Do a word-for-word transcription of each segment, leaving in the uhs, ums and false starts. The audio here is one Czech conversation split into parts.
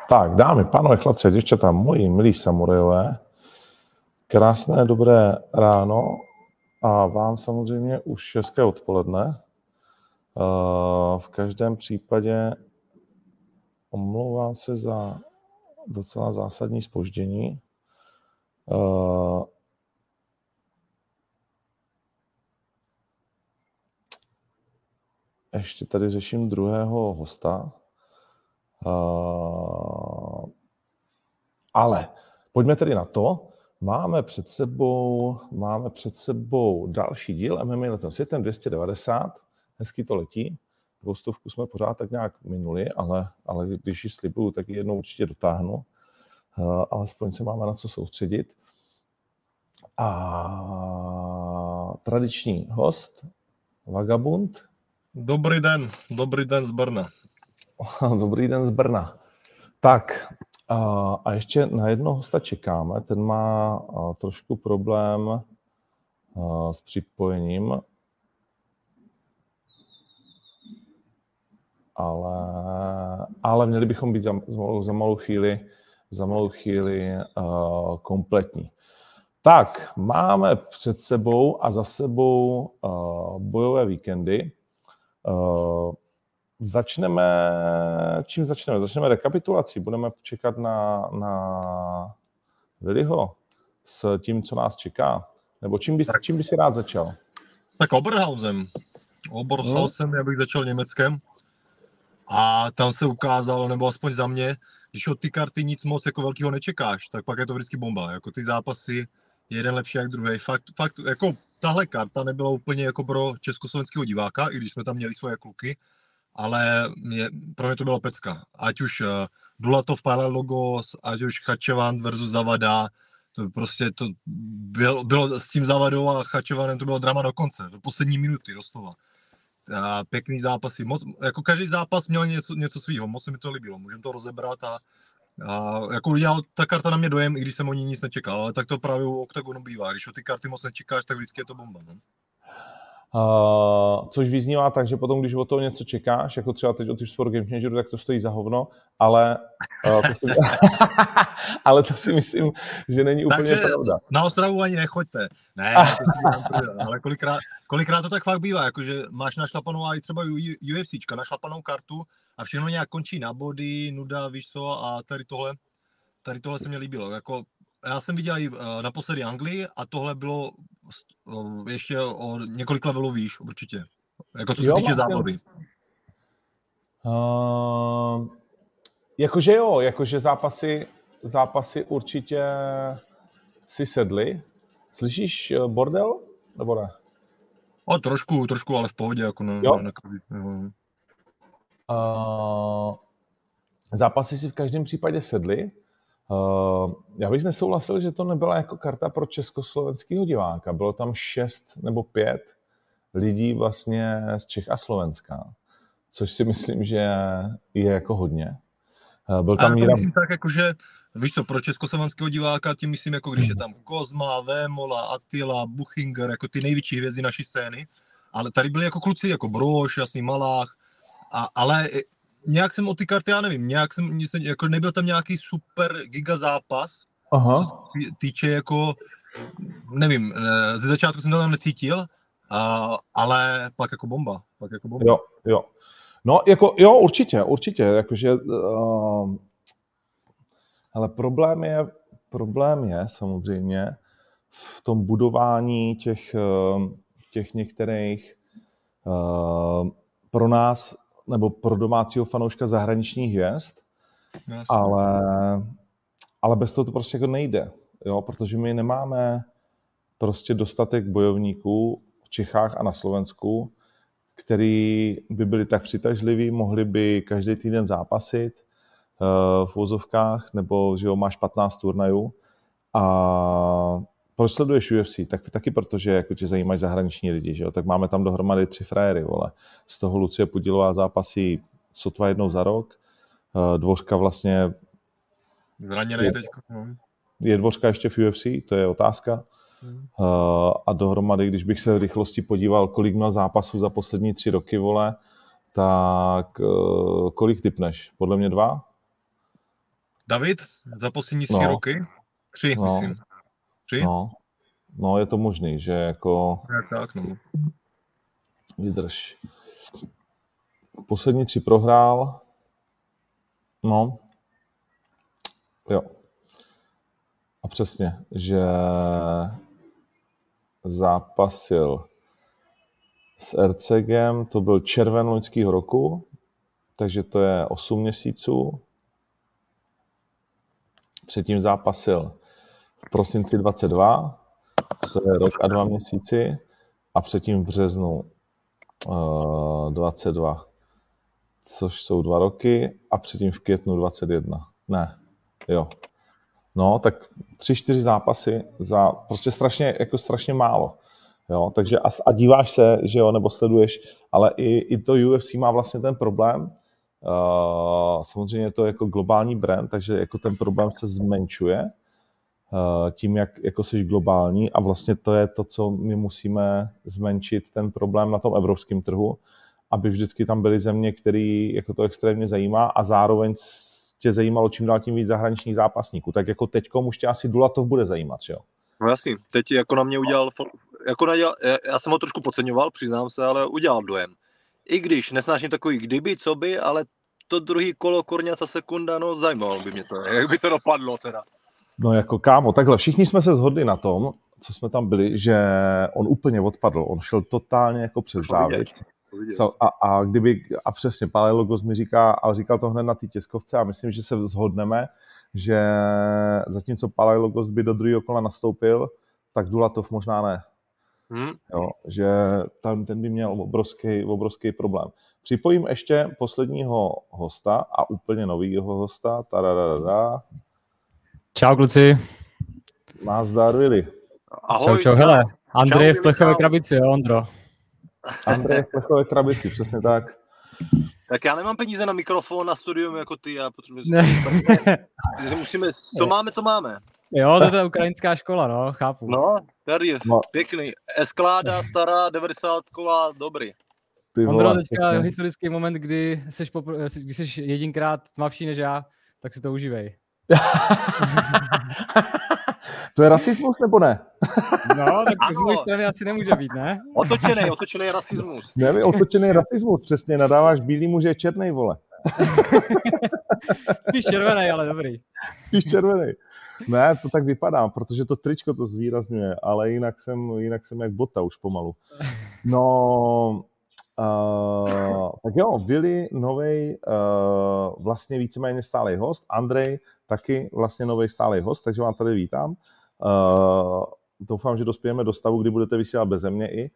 Tak, dámy, pánové, chlapci, děvčata, moji milí samurajové, krásné, dobré ráno a vám samozřejmě už hezké odpoledne. V každém případě omlouvám se za docela zásadní zpoždění. Ještě tady řeším druhého hosta. Uh, ale pojďme tedy na to. Máme před sebou, máme před sebou další díl M M A letem světem dvě stě devadesát. Hezky to letí. Dvoustovku jsme pořád tak nějak minuli, ale, ale když ji slibuju, tak ji jednou určitě dotáhnu. Uh, alespoň se máme na co soustředit. A tradiční host, Vagabund. Dobrý den, dobrý den z Brna. Dobrý den z Brna. Tak a, a ještě na jednoho hosta čekáme. Ten má a, trošku problém a, s připojením. Ale, ale měli bychom být za, za, malou, za malou chvíli, za malou chvíli a, kompletní. Tak, máme před sebou a za sebou a, bojové víkendy. A, Začneme, čím začneme? Začneme rekapitulací. Budeme čekat na, na Viliho s tím, co nás čeká. Nebo čím bys, čím by si rád začal? Tak Oberhausem. Oberhausem, hmm. já bych začal Německem. A tam se ukázalo, nebo aspoň za mě, když od ty karty nic moc jako velkého nečekáš, tak pak je to vždycky bomba. Jako ty zápasy, jeden lepší jak druhý. Fakt, fakt, jako tahle karta nebyla úplně jako pro československého diváka, i když jsme tam měli svoje kluky. Ale mě, pro mě to byla pecka. Ať už uh, Dulatov, Palaiologos, ať už Chačevan versus Zavada, to prostě to bylo, bylo s tím Zavadou a Chačevanem to bylo drama do konce, do poslední minuty doslova. A pěkný zápasy, moc, jako každý zápas měl něco, něco svýho, moc se mi to líbilo, můžeme to rozebrat a, a jako udělal ta karta na mě dojem, i když jsem o ní nic nečekal, ale tak to právě u Oktagonu bývá, když o ty karty moc nečekáš, tak vždycky je to bomba. No? Uh, což vyznívá tak, že potom, když o toho něco čekáš, jako třeba teď o Tip Sport Game Changeru, tak to stojí za hovno, ale, uh, to, si, ale to si myslím, že není úplně Takže pravda. Na Ostravu ani nechoďte. Ne, to si dělám, ale kolikrát, kolikrát to tak fakt bývá, jakože máš našlapanou i třeba UFCčka, našlapanou kartu a všechno nějak končí na body, nuda, víš co, a tady tohle, tady tohle se mi líbilo, jako já jsem viděl i naposledy Anglii a tohle bylo ještě o několik levelů výš, určitě. Jako co se týče závody. Uh, jakože jo, jakože zápasy, zápasy určitě si sedly. Slyšíš bordel, nebo ne? O, trošku, trošku, ale v pohodě, jako na, jo? na, na krabi. Uh, zápasy si v každém případě sedly. Uh, já bych nesouhlasil, že to nebyla jako karta pro československého diváka. Bylo tam šest nebo pět lidí vlastně z Čech a Slovenska, což si myslím, že je jako hodně. Uh, byl tam a Míra... myslím tak, jako, že víš co, pro československého diváka tím myslím, jako když je tam Kozma, Vémola, Attila, Buchinger, jako ty největší hvězdy naší scény, ale tady byli jako kluci, jako Brož, Jasný Malách, a, ale nějak jsem o ty karty, já nevím, nějak jsem, jako nebyl tam nějaký super giga zápas, Aha. co se týče jako, nevím, ze začátku jsem to tam necítil, a, ale pak jako bomba, pak jako bomba. Jo, jo. No, jako, jo, určitě, určitě, jakože, uh, ale problém je, problém je samozřejmě v tom budování těch, těch některých uh, pro nás nebo pro domácího fanouška zahraničních hvězd, ale, ale bez toho to prostě jako nejde, jo, protože my nemáme prostě dostatek bojovníků v Čechách a na Slovensku, který by byli tak přitažliví, mohli by každý týden zápasit uh, v vozovkách, nebo že jo, máš patnáct turnajů. A proč sleduješ U F C? Tak, taky protože jako tě zajímají zahraniční lidi, že jo? Tak máme tam dohromady tři frajery, vole. Z toho Lucie Podilová zápasí sotva jednou za rok. Uh, Dvořka vlastně... Zraněnej teď. Je Dvořka ještě v U F C? To je otázka. Hmm. Uh, a dohromady, když bych se v rychlosti podíval, kolik měl zápasů za poslední tři roky, vole, tak uh, kolik typneš? Podle mě dva? David, za poslední tři No. roky? Tři, No. myslím. Tři? No. No, je to možný, že jako... Ne, tak, no. Vydrž. Poslední tři prohrál. No. Jo. A přesně, že zápasil s Ercegem, to byl červen loňského roku, takže to je osm měsíců. Předtím zápasil v prosinci dvacet dva, to je rok a dva měsíci, a předtím v březnu uh, dvacet dva, což jsou dva roky, a předtím v květnu dvacet jedna. Ne, jo. No, tak tři, čtyři zápasy za prostě strašně, jako strašně málo. Jo, takže a, a díváš se, že jo, nebo sleduješ, ale i, i to U F C má vlastně ten problém. Uh, samozřejmě je to jako globální brand, takže jako ten problém se zmenšuje uh, tím, jak jako jsi globální, a vlastně to je to, co my musíme zmenšit, ten problém na tom evropském trhu, aby vždycky tam byly země, které jako to extrémně zajímá, a zároveň tě zajímalo čím dál tím víc zahraničních zápasníků. Tak jako teďkom už tě asi Dulatov bude zajímat, že jo? No jasný, teď jako na mě udělal, jako nadělal, já jsem ho trošku podceňoval, přiznám se, ale udělal dojem. I když nesnáším takový kdyby, co by, ale to druhý kolo Korňata sekunda, no zajímalo by mě to, jak by to dopadlo teda. No jako kámo, takhle všichni jsme se shodli na tom, co jsme tam byli, že on úplně odpadl, on šel totálně jako přes závěť. A, a, kdyby, a přesně, Palaiologos mi říká, ale říkal to hned na té tiskovce, a myslím, že se shodneme, že zatímco Palaiologos by do druhého kola nastoupil, tak Dulatov možná ne. Hmm. Jo, že tam ten by měl obrovský, obrovský problém. Připojím ještě posledního hosta a úplně novýho hosta. Tadadadada. Čau kluci. Nazdar, Willy. Ahoj. Čau, čau, hele. Andrej v plechové krabici, jo, Ondro. Andrej v plechové krabici, přesně tak. Tak já nemám peníze na mikrofon, na studium jako ty, já potřebuji si musíme, co máme, to máme. Jo, to je ta ukrajinská škola, no, chápu. No, tady, no. Pěkný. Eskláda, stará, devadesátková, dobrý. Ondro, teďka je historický moment, kdy jsi, popr- když jsi jedinkrát tmavší než já, tak si to užívej. To je rasismus, nebo ne? No, tak ano. Z mojí strany asi nemůže být, ne? Otočený, otočený rasismus. Nevím, otočený rasismus, přesně, nadáváš bílýmu, že je černej, vole. Spíš červený, ale dobrý. Spíš červený. Ne, to tak vypadá, protože to tričko to zvýrazňuje, ale jinak jsem, jinak jsem jak bota už pomalu. No, uh, tak jo, Willy, novej, uh, vlastně víceméně stálej host, Andrej, taky vlastně novej stálej host, takže vám tady vítám. Uh, doufám, že dospějeme do stavu, kdy budete vysílat beze mě i.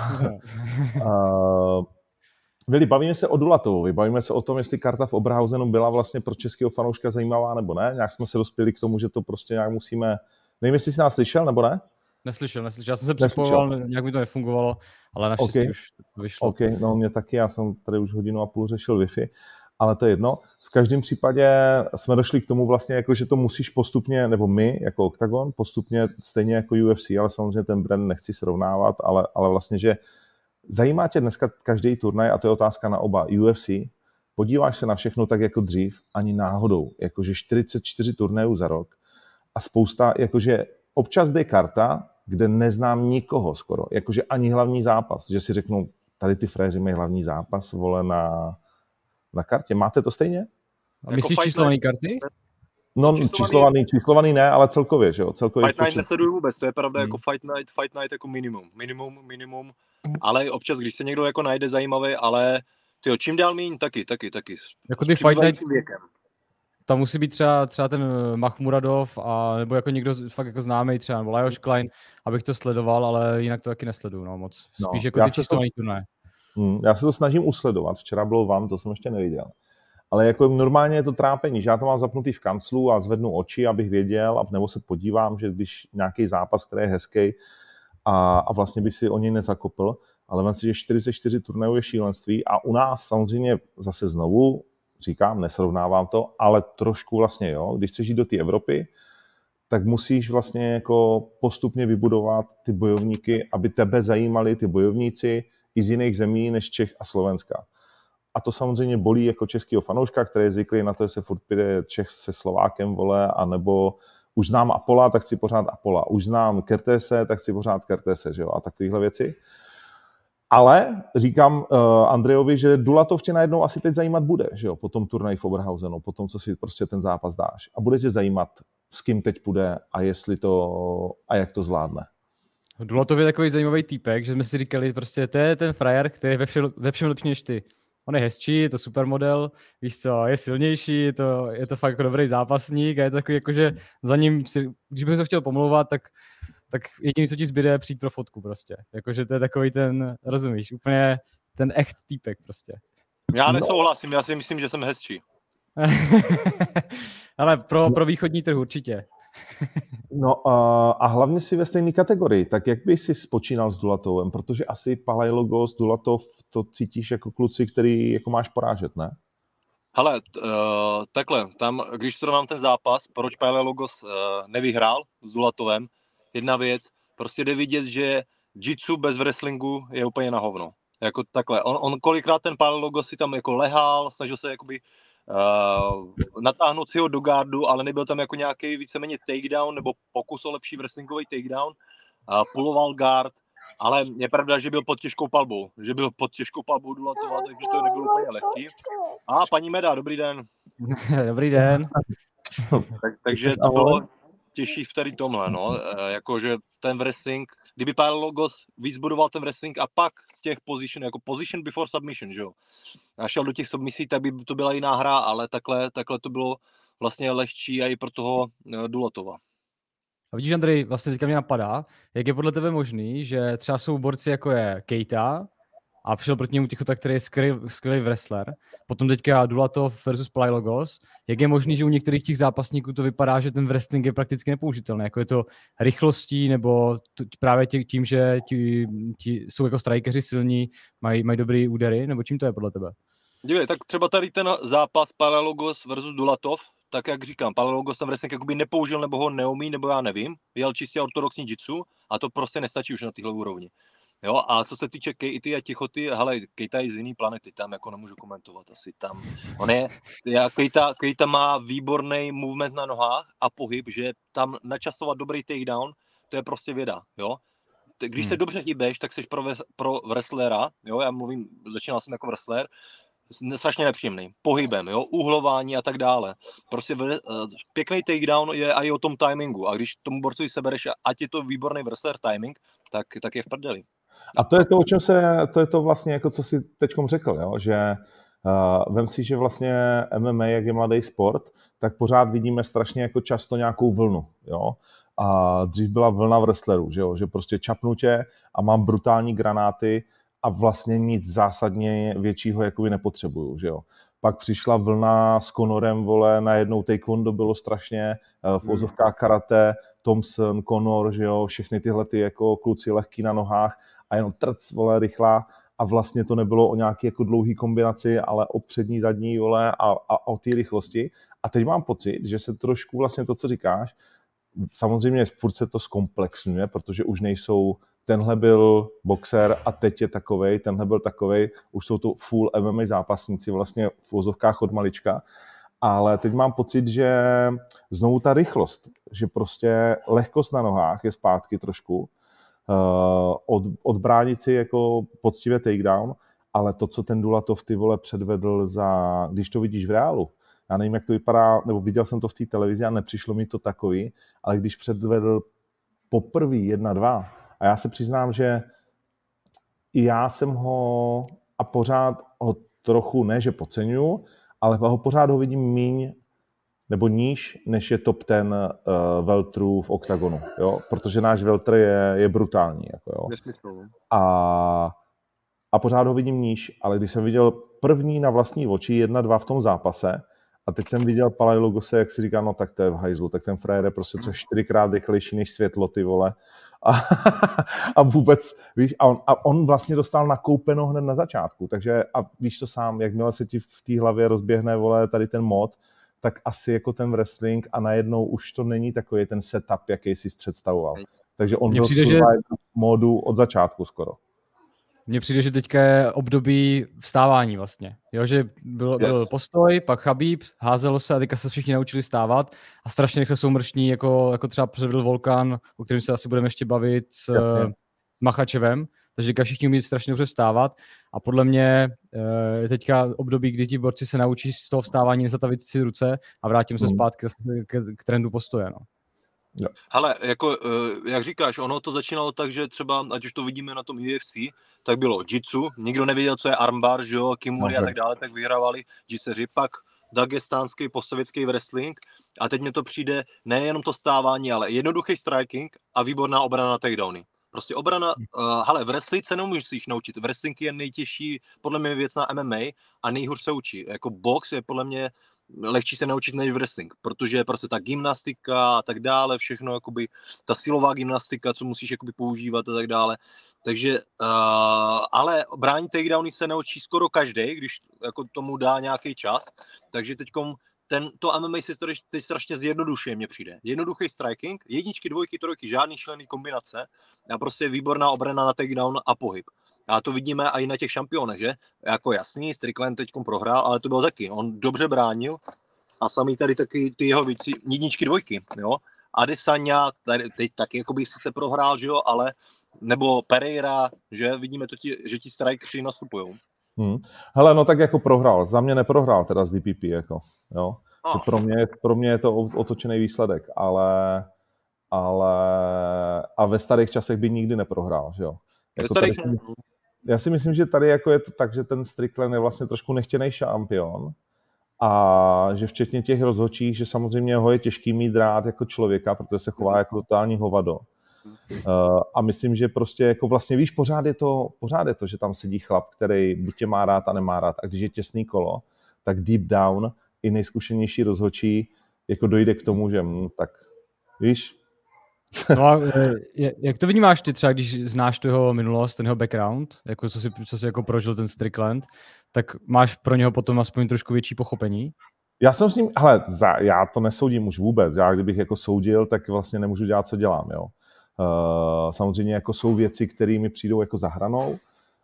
uh, Willy, bavíme se o Dulatovovi, bavíme se o tom, jestli karta v Oberhausenu byla vlastně pro českého fanouška zajímavá nebo ne. Nějak jsme se dospěli k tomu, že to prostě nějak musíme... Nevím, jestli jsi nás slyšel, nebo ne? Neslyšel, neslyšel. Já jsem se připojoval, nějak mi to nefungovalo, ale naštěstí okay. Už to vyšlo. OK, no mě taky, já jsem tady už hodinu a půl řešil Wi-Fi, ale to je jedno. V každém případě jsme došli k tomu vlastně, jako, že to musíš postupně, nebo my jako Octagon, postupně stejně jako U F C, ale samozřejmě ten brand nechci srovnávat, ale, ale vlastně, že zajímá tě dneska každý turnaj, a to je otázka na oba, U F C, podíváš se na všechno tak jako dřív, ani náhodou, jakože čtyřicet čtyři turnajů za rok a spousta, jakože občas jde karta, kde neznám nikoho skoro, jakože ani hlavní zápas, že si řeknou, tady ty fréři mají hlavní zápas, vole, na, na kartě. Máte to stejně? A myslíš jako číslovaný karty? No, číslovaný, číslovaný, číslovaný ne, ale celkově, že jo? Celkově Fight Night nesleduju vůbec, to je pravda, hmm. jako Fight Night, Fight Night jako minimum, minimum, minimum, ale občas, když se někdo jako najde zajímavý, ale tyjo, čím dál míň, taky, taky, taky. Jako ty Fight Night, tam musí být třeba, třeba ten Makhmuradov, a nebo jako někdo fakt jako známý třeba, nebo Lajos Klein, abych to sledoval, ale jinak to taky nesleduju, no moc. Spíš no, jako ty číslovaný to... turnaje. Hmm, já se to snažím usledovat, včera bylo vám, to jsem ještě neviděl. Ale jako normálně je to trápení, že já to mám zapnutý v kanclu a zvednu oči, abych věděl, nebo se podívám, že když nějaký zápas, který je hezký a, a vlastně by si o něj nezakopl, ale vem si, že čtyřicet čtyři turnajů je šílenství a u nás samozřejmě zase znovu, říkám, nesrovnávám to, ale trošku vlastně jo, když chceš jít do té Evropy, tak musíš vlastně jako postupně vybudovat ty bojovníky, aby tebe zajímali ty bojovníci i z jiných zemí než Čech a Slovenska. a to samozřejmě bolí jako českýho fanouška, který je zvyklý na to, že se furt pije Čech se Slovákem, vole, anebo už znám Apola, tak si pořád Apola. Už znám Kertése, tak si pořád Kertése, že jo, a takovéhle věci. Ale říkám uh, Andrejovi, že Dulatov tě najednou asi teď zajímat bude, že jo, po tom turnaji v Oberhausenu, po tom, co si prostě ten zápas dáš. A bude tě zajímat, s kým teď půjde a jestli to, a jak to zvládne. Dulatov je takový zajímavý týpek, že jsme si říkali, prostě to je ten frajer, který je ve všem, ve všem lepší než ty. On je hezčí, je to supermodel, víš co, je silnější, je to, je to fakt jako dobrý zápasník a je to takový jako, že za ním, si, když bych to chtěl pomlouvat, tak, tak jediný, co ti zbyde, je přijít pro fotku prostě. Jakože to je takový ten, rozumíš, úplně ten echt týpek prostě. Já nesouhlasím, já si myslím, že jsem hezčí. Ale pro, pro východní trh určitě. No a, a hlavně si ve stejné kategorii, tak jak bys si spočínal s Dulatovem, protože asi Palaiologos, Dulatov, to cítíš jako kluci, který jako máš porážet, ne? Hele, t, uh, takhle, tam, když to mám ten zápas, proč Palaiologos uh, nevyhrál s Dulatovem, jedna věc, prostě jde vidět, že jitsu bez wrestlingu je úplně na hovno. Jako takhle, on, on kolikrát ten Palaiologos si tam jako lehal, snažil se jakoby Uh, natáhnout si ho do gardu, ale nebyl tam jako nějaký víceméně takedown nebo pokus o lepší wrestlingový takedown. Uh, puloval guard, ale je pravda, že byl pod těžkou palbou. Že byl pod těžkou palbou Dulatova, takže to nebylo úplně lehký. A paní Meda, dobrý den. Dobrý den. tak, takže to bylo těžší v tady tomhle, no. Uh, jakože ten wrestling, kdyby Palaiologos víc budoval ten wrestling a pak z těch position, jako position before submission, že jo. A šel do těch submisí, tak by to byla jiná hra, ale takhle, takhle to bylo vlastně lehčí a i pro toho Dulatova. A vidíš, Andrej, vlastně teďka mě napadá, jak je podle tebe možný, že třeba jsou borci jako je Keita a přišel proti němu Tichota, který je skvělý, skvělý wrestler, potom teďka Dulatov versus Palaiologos, jak je možný, že u některých těch zápasníků to vypadá, že ten wrestling je prakticky nepoužitelný, jako je to rychlostí nebo t- právě tím, že ti, ti jsou jako strikeři silní, mají, mají dobrý údery, nebo čím to je podle tebe? Dívej, tak třeba tady ten zápas Palaiologos versus Dulatov, tak jak říkám, Palaiologos ten wrestling jakoby nepoužil, nebo ho neumí, nebo já nevím, jel čistě ortodoxní jitsu a to prostě nestačí už na téhle úrovni. Jo, a co se týče Keity a Tichoty, hele, Keita je z jiný planety, tam jako nemůžu komentovat asi, tam, on je, já, Keita, Keita má výborný movement na nohách a pohyb, že tam načasovat dobrý takedown, to je prostě věda, jo. Když se hmm. dobře hýbeš, tak jsi pro, pro wrestlera, jo, já mluvím, začínal jsem jako wrestler, strašně nepříjemný, pohybem, jo, uhlování a tak dále. Prostě uh, pěkný takedown je i o tom timingu a když tomu borcovi sebereš, ať je to výborný wrestler timing, tak, tak je v prdeli. A to je to, o čem se, to je to vlastně, jako co si teďkom řekl, jo? Že uh, vem si, že vlastně M M A, jak je mladý sport, tak pořád vidíme strašně jako často nějakou vlnu, jo. A dřív byla vlna wrestlerů, že jo, že prostě čapnu tě a mám brutální granáty a vlastně nic zásadně většího jakoby nepotřebuju, že jo. Pak přišla vlna s Conorem, vole, najednou taekwondo bylo strašně, v ozovkách karate, Thompson, Conor, že jo, všechny tyhle ty jako kluci lehký na nohách a jenom trc, vole, rychlá a vlastně to nebylo o nějaký jako dlouhý kombinaci, ale o přední, zadní, vole, a, a o té rychlosti. A teď mám pocit, že se trošku vlastně to, co říkáš, samozřejmě furt se to zkomplexňuje, protože už nejsou, tenhle byl boxer a teď je takovej, tenhle byl takovej, už jsou to full M M A zápasníci vlastně v uvozovkách od malička, ale teď mám pocit, že znovu ta rychlost, že prostě lehkost na nohách je zpátky trošku, uh, od, odbránit si jako poctivě takedown, ale to, co ten Dulatov ty vole předvedl za, když to vidíš v reálu, já nevím, jak to vypadá, nebo viděl jsem to v té televizi a nepřišlo mi to takový, ale když předvedl poprvé jedna dva, a já se přiznám, že i já jsem ho a pořád ho trochu, ne, že podceňuju, ale ho pořád ho vidím míň nebo níž, než je top ten uh, veltrů v oktagonu, jo? Protože náš veltr je, je brutální. Jako, jo? A, a pořád ho vidím níž, ale když jsem viděl první na vlastní oči jedna dva v tom zápase, a teď jsem viděl Palaiologose, jak si říká, no tak to je v hajzlu, tak ten frajer je prostě co čtyřikrát rychlejší než světlo, ty vole. A, a vůbec, víš, a on, a on vlastně dostal nakoupeno hned na začátku, takže a víš to sám, jakmile se ti v té hlavě rozběhne, vole, tady ten mod, tak asi jako ten wrestling a najednou už to není takový ten setup, jaký jsi představoval. Takže on byl v survival módu od začátku skoro. mně přijde, že teďka je období vstávání vlastně. Jo, že byl, byl Yes. postoj, pak Chabib, házelo se a teďka se všichni naučili stávat a strašně rychle jsou mrštní, jako, jako třeba předvedl Volkan, o kterém se asi budeme ještě bavit s, s Machačevem, takže teďka všichni umí strašně dobře vstávat a podle mě je teďka období, kdy ti borci se naučí z toho vstávání nezatavit si ruce a vrátím se hmm. zpátky k, k trendu postoje. No. Jo. Hele, jako, jak říkáš, ono to začínalo tak, že třeba, ať už to vidíme na tom U F C, tak bylo jitsu, nikdo nevěděl, co je armbar, že jo, kimuri okay. a tak dále, tak vyhrávali jitseři, pak dagestánský postsovětský wrestling a teď mi to přijde nejenom to stávání, ale jednoduchý striking a výborná obrana na takedowny. Prostě obrana, uh, hele, v wrestling se nemůžeš naučit, wrestling je nejtěžší, podle mě věc na M M A a nejhůř se učí, jako box je podle mě lehčí se naučit než wrestling, protože prostě ta gymnastika a tak dále, všechno, jakoby ta silová gymnastika, co musíš jakoby používat a tak dále. Takže, uh, ale brání takedowny se naučí skoro každý, když jako tomu dá nějaký čas, takže teďkom ten, to M M A si teď strašně zjednodušuje, mně přijde. Jednoduchý striking, jedničky, dvojky, trojky, žádný šílený kombinace a prostě výborná obrana na takedown a pohyb. A to vidíme i na těch šampionech, že? Jako jasný, Strickland teďkom prohrál, ale to bylo taky. On dobře bránil a samý tady taky ty jeho věci, jedničky, dvojky, jo? Adesanya tady, teď taky jakoby se prohrál, že jo, ale nebo Pereira, že vidíme to, ti, že ti strikeři nastupujou. Hmm. Hele, no tak jako prohrál. Za mě neprohrál teda z D P P, jako, jo. Oh. Pro mě, pro mě je to otočený výsledek, ale, ale a ve starých časech by nikdy neprohrál, že jo. Jako tady, já si myslím, že tady jako je to tak, že ten Strickland je vlastně trošku nechtěnej šampion a že včetně těch rozhodčích, že samozřejmě ho je těžký mít rád jako člověka, protože se chová jako totální hovado. Uh, a myslím, že prostě jako vlastně víš, pořád je to, pořád je to, že tam sedí chlap, který buď tě má rád a nemá rád a když je těsný kolo, tak deep down i nejzkušenější rozhodčí jako dojde k tomu, že hm, tak víš. No a jak to vnímáš ty třeba, když znáš tu jeho minulost, ten jeho background, jako co si, co si jako prožil ten Strickland, tak máš pro něho potom aspoň trošku větší pochopení? Já jsem s ním, hele, za, já to nesoudím už vůbec, já kdybych jako soudil, tak vlastně nemůžu dělat, co dělám, jo. Uh, samozřejmě jako jsou věci, které mi přijdou jako za hranou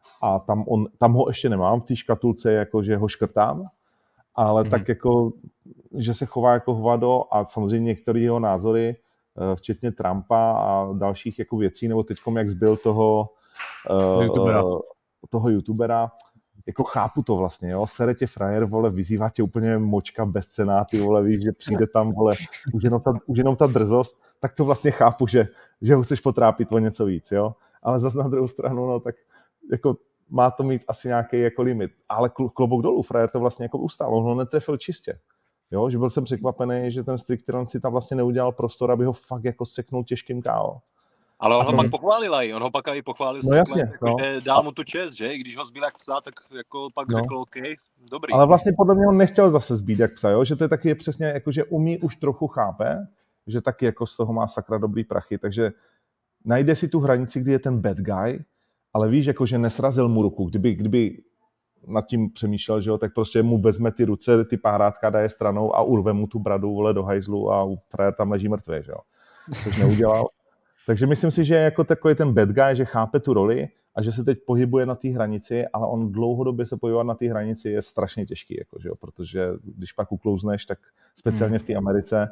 a tam, on, tam ho ještě nemám v té škatulce, jako že ho škrtám, ale mm-hmm. tak jako, že se chová jako hovado a samozřejmě některé jeho názory, uh, včetně Trumpa a dalších jako věcí, nebo teďkom jak zbyl toho uh, YouTubera. toho YouTubera, jako chápu to vlastně, jo, sere tě frajer, vole, vyzývá tě úplně močka bezcenná, ty vole, víš, že přijde tam, vole, už jenom ta, už jenom ta drzost, tak to vlastně chápu, že, že ho chceš potrápit o něco víc, jo, ale zase na druhou stranu, no, tak jako má to mít asi nějaký jako limit, ale klobouk dolů, frajer to vlastně jako ustál, on ho netrefil čistě, jo, že byl jsem překvapený, že ten Strickland si tam vlastně neudělal prostor, aby ho fakt jako seknul těžkým ká ó. Ale on ho pak pochválil i, on ho pak i pochválil, no jasně, jako, no. že dal mu tu čest, že? I když ho zbyl jak psa, tak jako pak no. řekl, OK, dobrý. Ale vlastně podle mě on nechtěl zase zbít jak psa, jo? Že to je taky přesně, jako, že umí už trochu chápe, že taky jako z toho má sakra dobrý prachy, takže najde si tu hranici, kdy je ten bad guy, ale víš, jako, že nesrazil mu ruku, kdyby, kdyby nad tím přemýšlel, že jo, tak prostě mu vezme ty ruce, ty párátka daje stranou a urve mu tu bradu, vole, do hajzlu a frajer tam leží mrtvý, že jo. Což neudělal. Takže myslím si, že je jako takový ten bad guy, že chápe tu roli a že se teď pohybuje na té hranici, ale on dlouhodobě se pohybovat na té hranici je strašně těžký, jako, že jo? Protože když pak uklouzneš, tak speciálně v té Americe,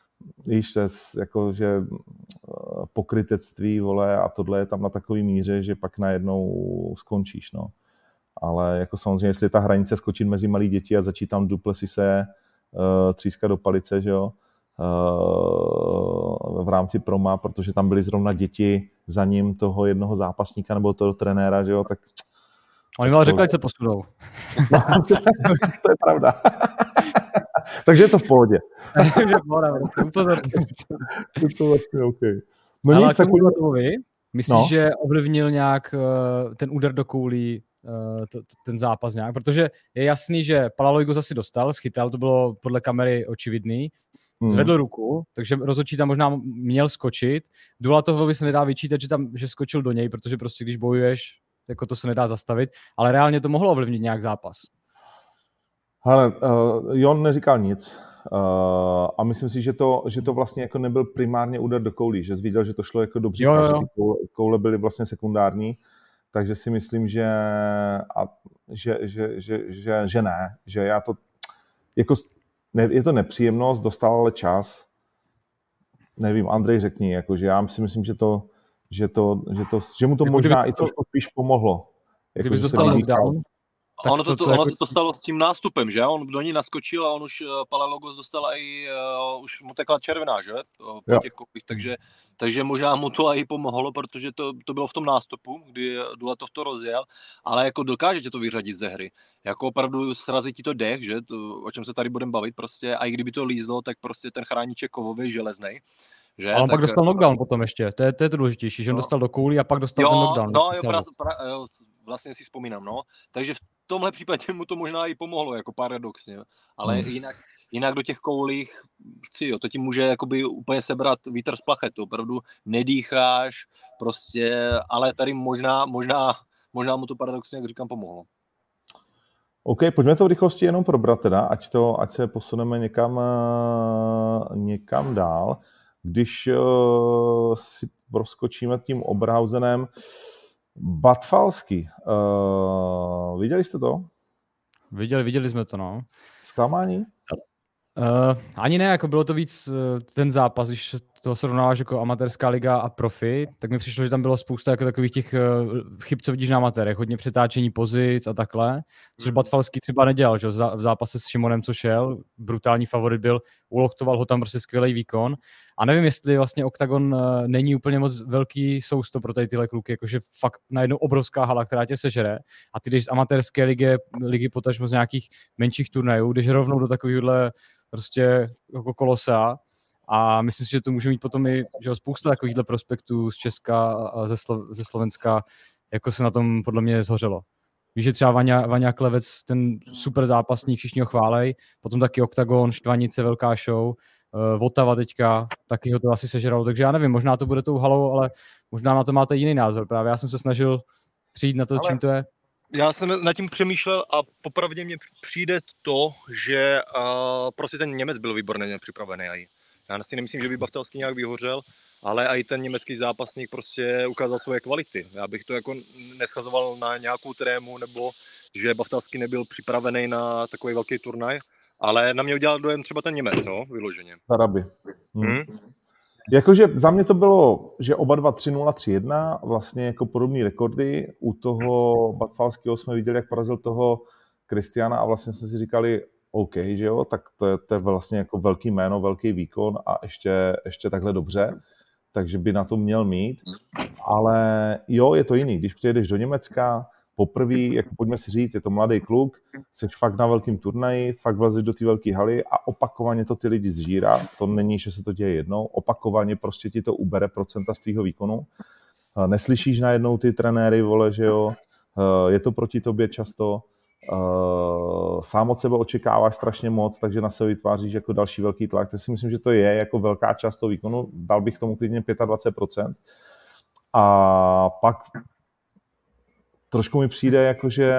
víš, se, jako, že pokrytectví, vole, a tohle je tam na takový míře, že pak najednou skončíš, no. Ale jako samozřejmě, jestli ta hranice skočit mezi malý děti a začít tam Duplessise uh, třískat do palice, že jo, v rámci proma, protože tam byly zrovna děti za ním toho jednoho zápasníka nebo toho trenéra, že jo, tak... Oni mi ale řekli, ať se posudou. To je pravda. Takže je to v pohodě. To vlastně OK. No ale nic, tak... Myslíš, no? Že ovlivnil nějak uh, ten úder do koulí, uh, to, ten zápas nějak? Protože je jasný, že Palaloigo zase dostal, schytal, to bylo podle kamery očividný, zvedl ruku, takže rozhodčí tam možná měl skočit. Dulatovovi se nedá vyčítat, že tam že skočil do něj, protože prostě když bojuješ, jako to se nedá zastavit, ale reálně to mohlo ovlivnit nějak zápas. Hele, uh, Jon neříkal nic uh, a myslím si, že to, že to vlastně jako nebyl primárně úder do koulí, že jsi viděl, že to šlo jako dobře, že ty koule, koule byly vlastně sekundární, takže si myslím, že, a, že, že, že, že, že ne, že já to, jako, ne, je to nepříjemnost, dostal ale čas, nevím, Andrej řekni, jako, že já si myslím, že to, že to, že to, že mu to Jako možná kdyby i to- trošku spíš pomohlo. Jako, Kdybys že se dostal vydýchal. lockdown, tak ono to, to- to, to ono jako- se to stalo s tím nástupem, že? On do ní naskočil a on už, uh, Palaiologos dostal i, uh, už mu tekla červená, že? Uh, po Jo. těch kopích, takže, takže možná mu to i pomohlo, protože to, to bylo v tom nástupu, kdy Dulatov to rozjel, ale jako dokáže tě to vyřadit ze hry. Jako opravdu srazí ti to dech, že? To, o čem se tady budeme bavit prostě, a i kdyby to lízlo, tak prostě ten chránič je kovový, železnej. Že? A on tak, pak dostal knockdown potom ještě, to je to, je to důležitější, že on No. dostal do koulí a pak dostal Jo, ten knockdown. no, jo, pra, pra, jo, vlastně si vzpomínám, no. Takže v tomhle případě mu to možná i pomohlo, jako paradoxně, ale Hmm. jinak, jinak do těch koulích, chci, jo, to ti může jakoby úplně sebrat vítr z plachetu, opravdu nedýcháš, prostě, ale tady možná, možná, možná mu to paradoxně, jak říkám, pomohlo. OK, pojďme to v rychlosti jenom probrat teda, ať, to, ať se posuneme někam, uh, někam dál. Když uh, si proskočíme tím Oberhausenem, Batfalský, uh, viděli jste to? Viděli, viděli jsme to, no. Zklamání? Uh, ani ne, jako bylo to víc uh, ten zápas, když se to srovnáváš jako amatérská liga a profi, tak mi přišlo, že tam bylo spousta jako takových těch uh, chyb, co vidíš na amatérech, hodně přetáčení pozic a takhle, což Batfalský třeba nedělal, že v zápase s Šimonem, co šel, brutální favorit byl, uloktoval ho tam prostě skvělý výkon a nevím, jestli vlastně Octagon uh, není úplně moc velký sousto pro tady tyhle kluky, jakože fakt najednou obrovská hala, která tě sežere a ty jdeš z amatérské ligy, ligy potažmo z nějakých menších turnajů, jdeš rovnou do takovýchhle prostě jako kolosea a myslím si, že to může mít potom i že spousta takovýchhle prospektů z Česka a ze, Slo- ze Slovenska, jako se na tom podle mě zhořelo. Víš, že třeba Vaňa, Vaňa Klevec, ten super zápasník, všichni ho chválej, potom taky Octagon, Štvanice, velká show, uh, Votava teďka, taky ho to asi sežralo, takže já nevím, možná to bude tou halou, ale možná na to máte jiný názor, právě já jsem se snažil přijít na to, ale... čím to je. Já jsem nad tím přemýšlel a popravdě mně přijde to, že uh, prostě ten Němec byl výborně připravený. Aj. Já si nemyslím, že by Batfalský nějak vyhořel, ale i ten německý zápasník prostě ukázal svoje kvality. Já bych to jako neschazoval na nějakou trému, nebo že Batfalský nebyl připravený na takový velký turnaj, ale na mě udělal dojem třeba ten Němec, no, vyloženě. Zaraby. Hmm. Hmm? Jakože za mě to bylo, že oba dva tři nula tři jedna, vlastně jako podobné rekordy. U toho Batfalského jsme viděli, jak porazil toho Kristiana a vlastně jsme si říkali, OK, že jo, tak to je, to je vlastně jako velký jméno, velký výkon a ještě, ještě takhle dobře, takže by na to měl mít. Ale jo, je to jiný. Když přijedeš do Německa, poprvé, jako pojďme si říct, je to mladý kluk, jsi fakt na velkým turnaji, fakt vlezeš do té velké haly a opakovaně to ty lidi zžírá. To není, že se to děje jednou. Opakovaně prostě ti to ubere procenta z tvýho výkonu. Neslyšíš najednou ty trenéry, vole, že jo. Je to proti tobě často. Sám od sebe očekáváš strašně moc, takže na sebe vytváříš jako další velký tlak. Tak si myslím, že to je jako velká část toho výkonu. Dal bych tomu klidně dvacet pět procent. A pak trošku mi přijde, jakože,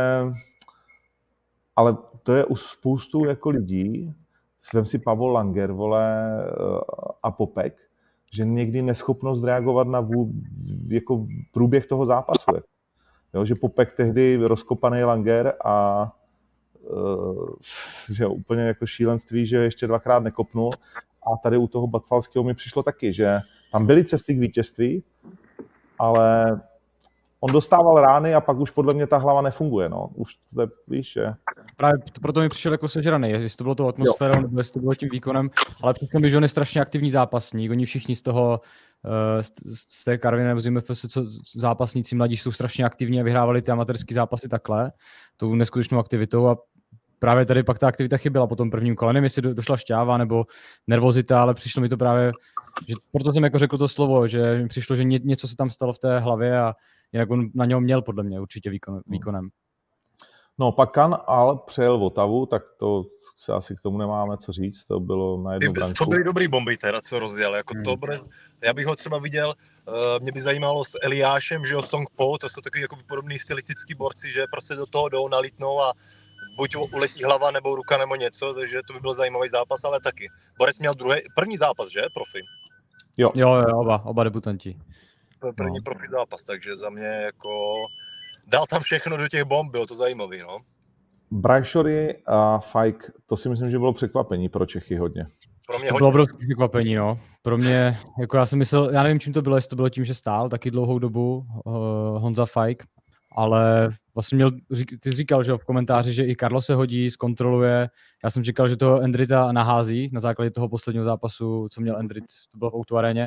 ale to je u spoustu jako lidí, vem si Pavel Langer, vole, a Popek, že někdy neschopnost reagovat na vů, jako průběh toho zápasu. Jo, že Popek tehdy rozkopaný Langer a uh, že úplně jako šílenství, že ještě dvakrát nekopnul. A tady u toho Batfalského mi přišlo taky, že tam byly cesty k vítězství, ale on dostával rány a pak už podle mě ta hlava nefunguje, no. Už to je, víš, že... Právě proto mi přišel jako sežraný, jestli to bylo tou atmosférou, nebo jestli to bylo tím výkonem, ale přišlo mi, že on je strašně aktivní zápasník, oni všichni z toho, z, z té Karviny nebo z M F S, co zápasníci mladí jsou strašně aktivní a vyhrávali ty amatérský zápasy takhle, tou neskutečnou aktivitou a právě tady pak ta aktivita chyběla po tom prvním kole, nevím, jestli do, došla šťáva nebo nervozita, ale přišlo mi to právě, že proto jsem jako řekl to slovo, že mi přišlo, že ně, něco se tam stalo v té hlavě a jinak on na něm měl podle mě určitě výkon, výkonem. No pak Kan Al přejel Votavu, tak to se asi k tomu nemáme co říct, to bylo na jednu branku. To byly dobrý bomby teda, co rozjel, jako hmm. to brez, já bych ho třeba viděl, uh, mě by zajímalo s Eliášem, že jo, s Tong Po, to jsou takový jako podobný stylistický borci, že prostě do toho jdou, nalitnou a buď uletí hlava nebo ruka nebo něco, takže to by byl zajímavý zápas, ale taky. Borec měl druhý, první zápas, že, profi? Jo, jo, jo oba, oba debutanti. První no. profi zápas, takže za mě jako dal tam všechno do těch bomb, bylo to zajímavý, no. Brajšory a Fajk, to si myslím, že bylo překvapení pro Čechy hodně. Pro mě to bylo obrovské překvapení, no. Pro mě, jako já jsem myslel, já nevím, čím to bylo, jestli to bylo tím, že stál taky dlouhou dobu uh, Honza Fajk, ale vlastně měl, ty jsi říkal, že v komentáři, že i Karlo se hodí, zkontroluje. Já jsem říkal, že to Endrita nahází na základě toho posledního zápasu, co měl Endrit, to bylo v O dva aréně.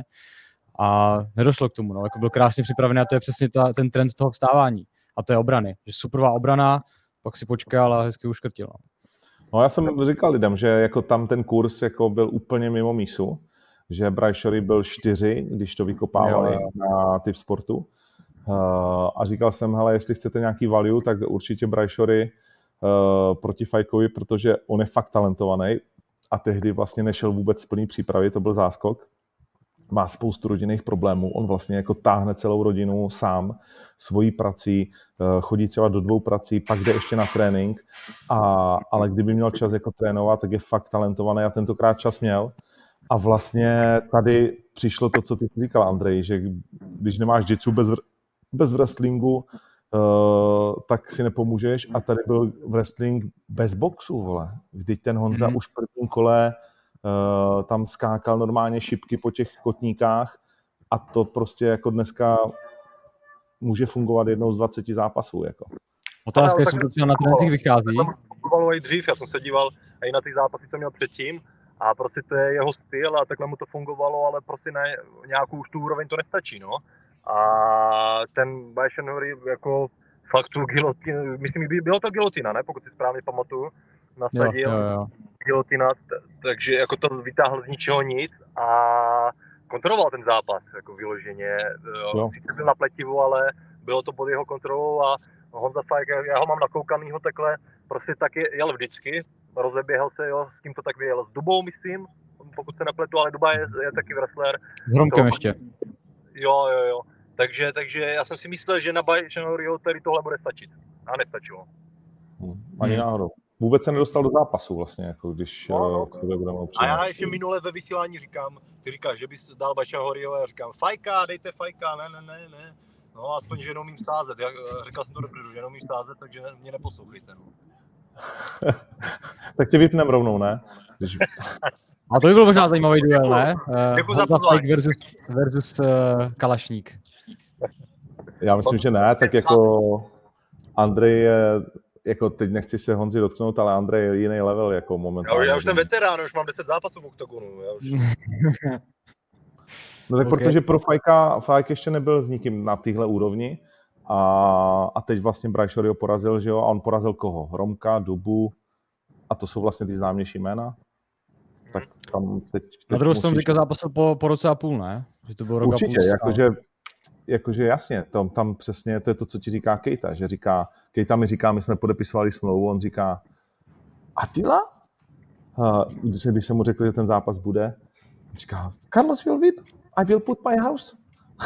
A nedošlo k tomu, no. Jako byl krásně připravený a to je přesně ta, ten trend toho vstávání. A to je obrany. Že superová obrana, pak si počkal a hezky uškrtil. No. No já jsem říkal lidem, že jako tam ten kurz jako byl úplně mimo mísu, že Brajšory byl čtyři, když to vykopávali jo, jo. na typ sportu. Uh, a říkal jsem, hele, jestli chcete nějaký value, tak určitě Brajšory uh, proti Fajkovi, protože on je fakt talentovaný a tehdy vlastně nešel vůbec z plný přípravy, to byl záskok. Má spoustu rodinných problémů, on vlastně jako táhne celou rodinu sám, svojí prací, chodí třeba do dvou prací, pak jde ještě na trénink, a, ale kdyby měl čas jako trénovat, tak je fakt talentovaný a tentokrát čas měl. A vlastně tady přišlo to, co ty říkal, Andrej, že když nemáš jitsu bez, bez wrestlingu, uh, tak si nepomůžeš a tady byl wrestling bez boxu, vole. Vždyť ten Honza mm-hmm. už v prvním kole Uh, tam skákal normálně šipky po těch kotníkách a to prostě jako dneska může fungovat jednou z dvaceti zápasů. Jako. Otázka, jestli to třeba na trénincích vychází. To fungovalo i dřív, já jsem se díval i na ty zápasy, co měl předtím a prostě to je jeho styl a takhle mu to fungovalo, ale prostě na nějakou už tu úroveň to nestačí, no. A ten Brajšory jako fakt tu gilotinu, myslím, bylo to gilotina, ne, pokud si správně pamatuju, nasadil. Jo, jo, jo. Gilotina, takže jako to vytáhl z ničeho nic a kontroloval ten zápas, jako vyloženě. Jo. Sice byl na pletivu, ale bylo to pod jeho kontrolou a Honza Fajk, já ho mám nakoukanýho takhle, prostě taky jel vždycky, rozeběhal se, jo, s kým to tak vyjel, s Dubou, myslím, pokud se nepletu, ale Duba je, je taky wrestler. S Hromkem ještě. Jo, jo, jo. Takže, takže já jsem si myslel, že na Brajšoryho tady tohle bude stačit. A nestačilo. Hmm. Ani náhodou. Vůbec se nedostal do zápasu vlastně, jako když no, no, k sobě budeme upřímně. A já ještě minule ve vysílání říkám, ty říkáš, že bys dal Brajšoryho, a já říkám, Fajka, dejte Fajka, ne, ne, ne, ne. No aspoň, že neumím stázet. Já říkal jsem to dopředu, že neumím stázet, takže mě neposlouchejte. No. Tak tě vypnem rovnou, ne? Když... A to by byl možná zajímavý duel, ne? Děkuji za pozvání. versus, versus uh, Kalašník. Já myslím, že ne, tak jako Andrej je, jako teď nechci se Honzi dotknout, ale Andrej je jiný level jako momentálně. Já, já už jsem veterán, už mám deset zápasů v oktagonu. Já už... No tak okay. Protože pro Fajka, Fajk ještě nebyl s nikým na téhle úrovni a, a teď vlastně Brajšory ho porazil, že jo, a on porazil koho? Hromka, Dubu a to jsou vlastně ty známější jména. Tak tam teď... teď na druhou stranu musíš... teďka zápasil po, po roce a půl, ne? Že to bylo rok určitě, a půl jakože, jakože jasně, tam, tam přesně to je to, co ti říká Kejta, že říká, Kejta mi říká, my jsme podepisovali smlouvu, on říká, Attila? Uh, když, když jsem mu řekl, že ten zápas bude, říká, Carlos will win, I will put my house.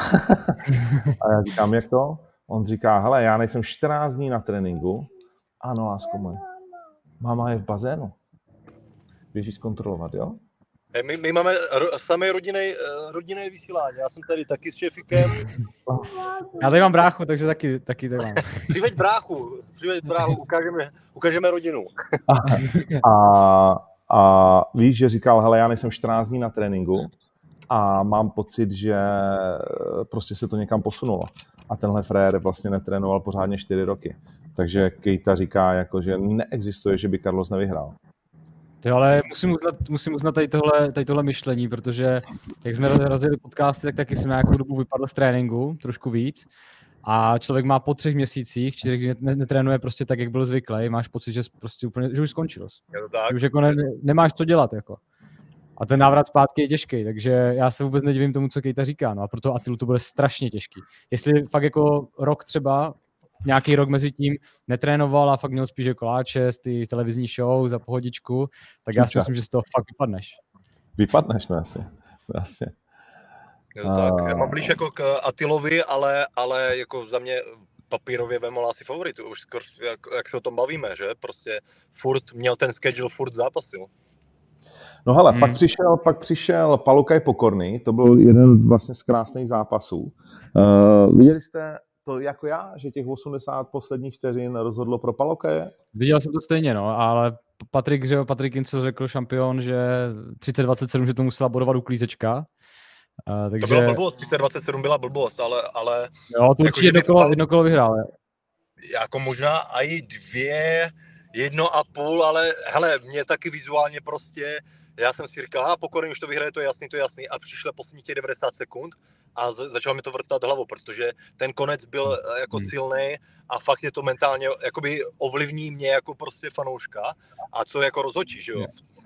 A já říkám, jak to? On říká, hele, já nejsem čtrnáct dní na tréninku. Ano, lásko moje. Máma je v bazénu. Běží zkontrolovat, jo? My, my máme ro, samé rodinné rodinné vysílání. Já jsem tady taky s Šefikem. Já tady mám bráchu, takže taky, taky tady mám. Přiveď bráchu, přiveď bráchu, ukážeme, ukážeme rodinu. a, a, a víš, že říkal, hele, já nejsem čtrnáct dní na tréninku a mám pocit, že prostě se to někam posunulo. A tenhle frér vlastně netrénoval pořádně čtyři roky. Takže Kejta říká, jako, že neexistuje, že by Carlos nevyhrál. To ale musím uznat, musím uznat tady tohle, tady tohle myšlení, protože jak jsme rozjeli podcasty, tak taky jsem nějakou dobu vypadl z tréninku, trošku víc. A člověk má po třech měsících, čtyřech netrénuje prostě tak, jak byl zvyklý, máš pocit, že, prostě úplně, že už skončil. Že už jako ne, nemáš co dělat. Jako. A ten návrat zpátky je těžký, takže já se vůbec nedivím tomu, co Kejta říká. No a proto Attilu to bude strašně těžký. Jestli fakt jako rok třeba, nějaký rok mezi tím netrénoval a fakt měl spíš koláče z ty televizní show za pohodičku, tak já si myslím, že z toho fakt vypadneš. Vypadneš, no asi. Jasně. Je to tak. Já mám blíž jako k Attilovi, ale, ale jako za mě papírově Vemola asi favorit. Už jak, jak se o tom bavíme, že? Prostě furt měl ten schedule, furt zápasil. No hele, hmm. pak přišel, pak přišel Palukaj Pokorný, to byl jeden vlastně z krásných zápasů. Uh, viděli jste to jako já, že těch osmdesát posledních vteřin rozhodlo pro Palokaje? Viděl jsem to stejně, no, ale Patrik, že jo, Patrik Kincel řekl šampion, že třicet dvacet sedm, že to musela bodovat uklízečka. Uh, takže... To byla blbost, třicet dvacet sedm byla blbost, ale... ale jo, to určitě jedno kolo, jedno kolo vyhrál. Jako možná i dvě, jedno a půl, ale hele, mě taky vizuálně prostě, já jsem si říkal, a pokorně už to vyhraje, to je jasný, to je jasný, a přišlo posledních těch devadesát sekund a z- začalo mi to vrtat hlavou, protože ten konec byl jako hmm. silný a fakt je to mentálně, jakoby ovlivní mě jako prostě fanouška a co jako rozhodčí, že jo?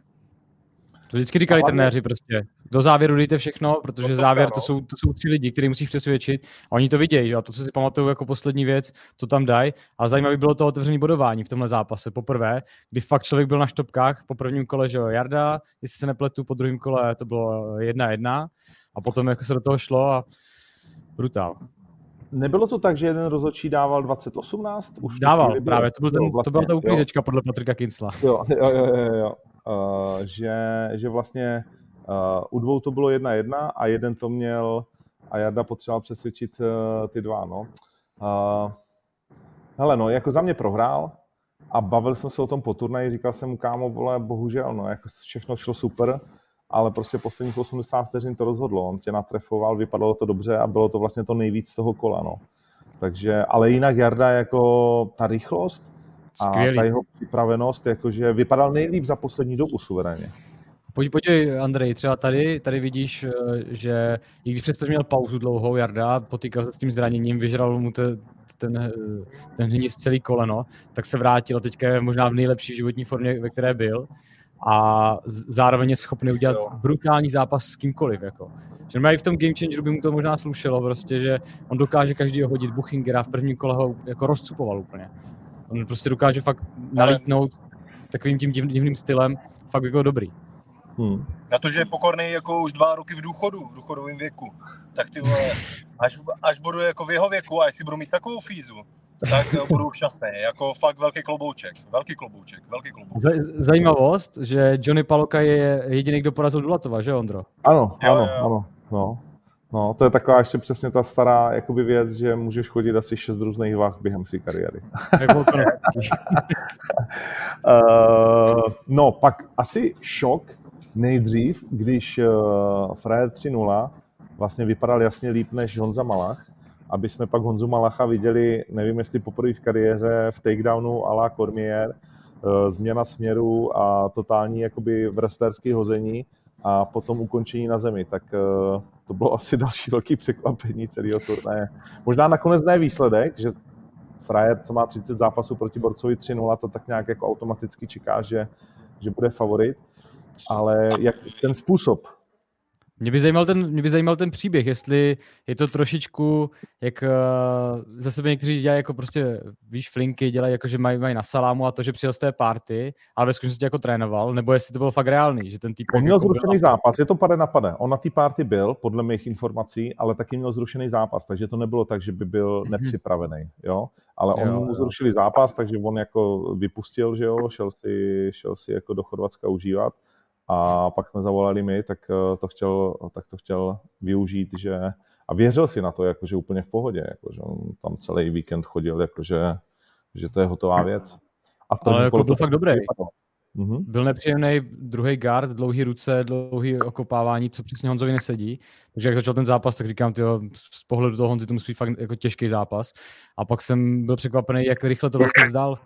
To vždycky říkali trenéři prostě. Do závěru dejte všechno, protože to závěr to jsou, to jsou tři lidi, kteří musí přesvědčit a oni to vidějí, že? A to, co si pamatuju jako poslední věc, to tam dají. A zajímavé bylo to otevřené bodování v tomhle zápase. Poprvé, kdy fakt člověk byl na štopkách, po prvním kole, že jo, Jarda, jestli se nepletu, po druhém kole to bylo jedna jedna a potom jako se do toho šlo a brutál. Nebylo to tak, že jeden rozhodčí dával dvacet osmnáct? Už dával právě, to, byl ten, vlastně, to byla ta uklízečka podle Patrika Kincla. Jo, jo, jo, jo, jo. Uh, že, že vlastně uh, u dvou to bylo jedna jedna a jeden to měl a Jarda potřeboval přesvědčit uh, ty dva, no. Uh, hele, no, jako za mě prohrál a bavil jsem se o tom po turnaji, říkal jsem mu, kámo, vole, bohužel, no, jako všechno šlo super, ale prostě posledních osmdesát vteřin to rozhodlo, on tě natrefoval, vypadalo to dobře a bylo to vlastně to nejvíc z toho kola, no. Takže, ale jinak Jarda, jako ta rychlost, skvělý. A ta jeho připravenost, jakože vypadal nejlíp za poslední dobu suverénně. Pojď, podívej, Andrej, třeba tady, tady vidíš, že i když přesto měl pauzu dlouhou, Jarda, potýkal se s tím zraněním, vyžral mu te, ten, ten hníz celý koleno, tak se vrátil, teďka je možná v nejlepší životní formě, ve které byl a zároveň je schopný udělat jo. brutální zápas s kýmkoliv. Jako. Že mají v tom Game Changeru by mu to možná slušelo, prostě, že on dokáže každýho hodit, Buchingera v prvním kole ho jako rozcupoval úplně. On prostě dokáže fakt nalítnout takovým tím div, divným stylem, fakt jako dobrý. Hmm. Na to, že je Pokorný jako už dva roky v důchodu, v důchodovém věku, tak ty vole, až, až budu jako v jeho věku a jestli budu mít takovou fízu, tak budu šťastný, jako fakt velký klobouček, velký klobouček, velký klobouček. Zajímavost, že Johnny Paloka je jediný, kdo porazil Dulatova, že Ondro? Ano, jo, ano, jo. ano, no. No, to je taková ještě přesně ta stará jakoby věc, že můžeš chodit asi šest různých vah během své kariéry. uh, no, pak asi šok nejdřív, když uh, Frajer tři nula vlastně vypadal jasně líp než Honza Malach, aby jsme pak Honzu Malacha viděli, nevím jestli poprvé v kariéře, v takedownu à la Cormier, uh, změna směru a totální jakoby wrestlerský hození a potom ukončení na zemi, tak uh, to bylo asi další velký překvapení celého turnaje. Možná nakonec ne výsledek, že Frajer, co má třicet zápasů proti borcovi tři nula, to tak nějak jako automaticky čeká, že, že bude favorit, ale jak ten způsob. Mě by zajímal ten, mě by zajímal ten příběh, jestli je to trošičku, jak uh, za sebe někteří dělají jako prostě, víš, flinky, dělají jako, že mají, mají na salámu a to, že přijel z té party, ale ve skutečnosti jako trénoval, nebo jestli to bylo fakt reálný, že ten typ... On měl jako zrušený byl... zápas, je to pade na pade. On na té party byl, podle mých informací, ale taky měl zrušený zápas, takže to nebylo tak, že by byl mm-hmm. nepřipravený, jo. Ale on mu zrušili zápas, takže on jako vypustil, že jo, šel si, šel si jako do Chorvatska užívat. A pak jsme zavolali my, tak to chtěl, tak to chtěl využít, že a věřil si na to, jakože úplně v pohodě, jakože on tam celý víkend chodil, jakože, že to je hotová věc. A ale jako byl fakt dobrý. Mm-hmm. Byl nepříjemný druhý guard, dlouhý ruce, dlouhý okopávání, co přesně Honzovi nesedí. Takže jak začal ten zápas, tak říkám, tyjo, z pohledu toho Honzy to musí být fakt jako těžký zápas. A pak jsem byl překvapený, jak rychle to vlastně vzdal.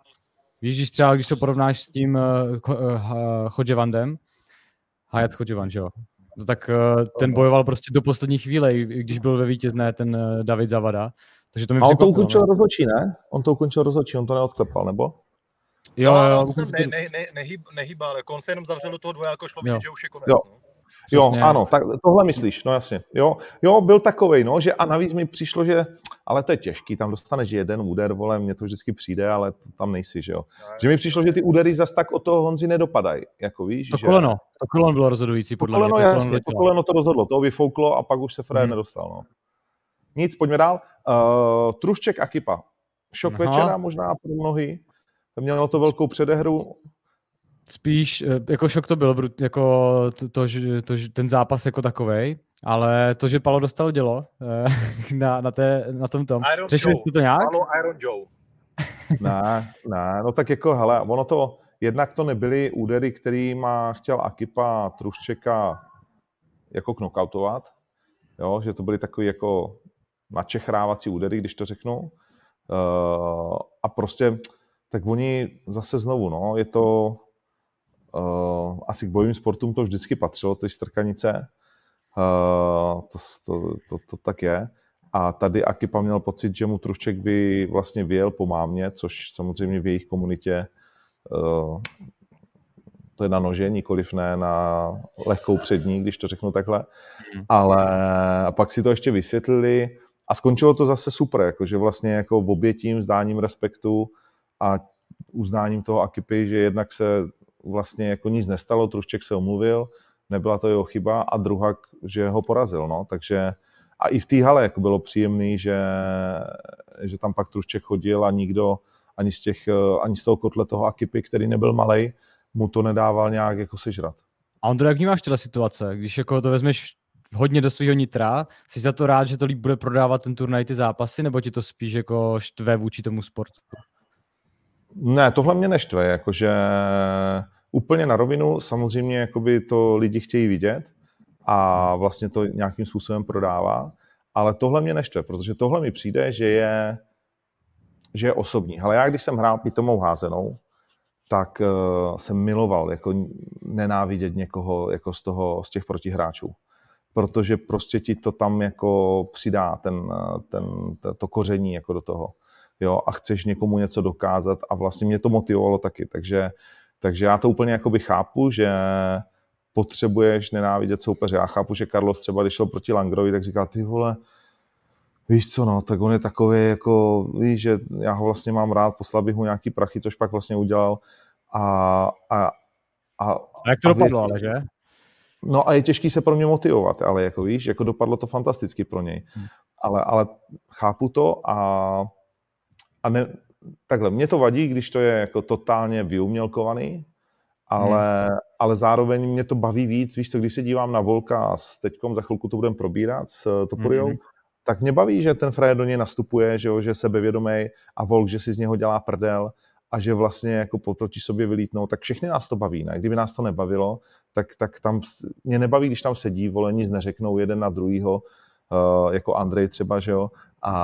Víš, když třeba, když to porovnáš s tím uh, uh, Chodževandem, Hayat Chodževan, že jo? No, tak uh, ten bojoval prostě do poslední chvíle, když byl ve vítězné ten uh, David Zavada. Takže to mi a on to ukončil ne? rozhodčí, ne? On to ukončil rozhodčí, on to neodklepal, nebo? Jo, no, jo. On se ne, ne, ne, nehýb, nehýbal, jako on se jenom zavřel do toho dvojáka, šlo vidět, že už je konec. Jo. No. Jo, ano, tak tohle myslíš, no jasně. Jo, jo, byl takovej, no, že a navíc mi přišlo, že, ale to je těžký, tam dostaneš jeden úder, vole, mně to vždycky přijde, ale tam nejsi, že jo. No, že mi přišlo, že ty údery zas tak od toho Honzy nedopadají, jako víš, to že... koleno, to koleno bylo rozhodující, podle to koleno, mě. To jasně, to koleno to rozhodlo, to vyfouklo a pak už se Frajer hmm. nedostal, no. Nic, pojďme dál. Uh, Trušček a Kypa. Šok Aha. večera možná pro mnohý. Mělo to velkou předehru. Spíš jako šok to bylo, jako to, to, to, ten zápas jako takovej, ale to, že Palo dostal dělo na, na, té, na tom tom. Řešili jste to nějak? Palo Iron Joe. Ne, ne, no tak jako, hele, ono to, jednak to nebyly údery, kterýma chtěl Akipa Truščeka jako knockoutovat, jo, že to byly takový jako načechrávací údery, když to řeknu. Uh, a prostě, tak oni zase znovu, no, je to, uh, asi k bojovým sportům to vždycky patřilo, ty strkanice, uh, to, to, to, to tak je. A tady Akipa měl pocit, že mu Trušček by vlastně vyjel po mámě, což samozřejmě v jejich komunitě uh, to je na nože, nikoliv ne na lehkou přední, když to řeknu takhle. Mm. Ale a pak si to ještě vysvětlili a skončilo to zase super, jakože vlastně jako v obětím, vzdáním respektu a uznáním toho Akipy, že jednak se vlastně jako nic nestalo, Trušček se omluvil, nebyla to jeho chyba a druhak, že ho porazil, no, takže a i v té hale jako bylo příjemný, že, že tam pak Trušček chodil a nikdo ani z, těch, ani z toho kotle toho Akipy, který nebyl malej, mu to nedával nějak jako sežrat. A Ondro, jak vnímáš tyhle situace? Když jako to vezmeš hodně do svého nitra, jsi za to rád, že to líp bude prodávat ten turnaj, ty zápasy, nebo ti to spíš jako štve vůči tomu sportu? Ne, tohle mě neštve, jakože úplně na rovinu, samozřejmě jakoby to lidi chtějí vidět a vlastně to nějakým způsobem prodává, ale tohle mě neštve, protože tohle mi přijde, že je, že je osobní. Ale já, když jsem hrál pitomou házenou, tak uh, jsem miloval jako nenávidět někoho jako z, toho, z těch protihráčů. Protože prostě ti to tam jako přidá ten, ten, to koření jako do toho. Jo, a chceš někomu něco dokázat a vlastně mě to motivovalo taky. Takže, takže já to úplně jakoby chápu, že potřebuješ nenávidět soupeře. Já chápu, že Carlos třeba, když šel proti Langrovi, tak říká, ty vole, víš co, no, tak on je takový, jako, víš, že já ho vlastně mám rád, poslal bych mu nějaký prachy, což pak vlastně udělal. A, a, a, a jak to a dopadlo, vy... ale že? No a je těžký se pro mě motivovat, ale jako víš, jako dopadlo to fantasticky pro něj. Hmm. Ale, ale chápu to a, a ne, takhle, mě to vadí, když to je jako totálně vyumělkovaný, ale, hmm. ale zároveň mě to baví víc, víš co, když se dívám na Volka a teďkom za chvilku to budeme probírat s Topuriou, hmm. tak mě baví, že ten frajer do něj nastupuje, že, jo, že je sebevědomej a Volk, že si z něho dělá prdel a že vlastně jako proti sobě vylítnou, tak všechny nás to baví, ne? Kdyby nás to nebavilo, tak, tak tam mě nebaví, když tam sedí, vole, nic neřeknou jeden na druhýho, uh, jako Andrej třeba, že jo, a,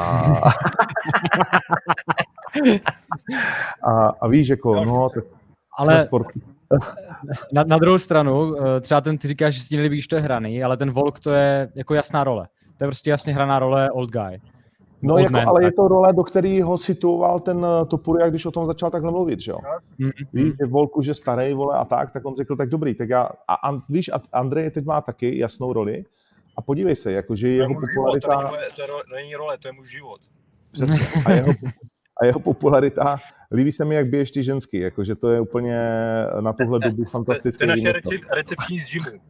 a, a víš, jako, no, tak ale sport. na, na druhou stranu, třeba ten, ty říkáš, že si nelíbí, když to je hraný, ale ten Volk to je jako jasná role. To je prostě jasně hraná role old guy. No jako, man, ale tak. Je to role, do který ho situoval ten Topuria, když o tom začal takhle mluvit, že jo? Mm-hmm. Víš, že Volku, že starý, vole, a tak, tak on řekl, tak dobrý, tak já, a, a víš, Andrej teď má taky jasnou roli a podívej se, jakože jeho popularita... Život, to, není, to, to není role, to je můj život. Přesně, a jeho, a jeho popularita, líbí se mi, jak biješ ty ženský, jakože to je úplně na tuhle dobu fantastické. To je naše recepční z gymu.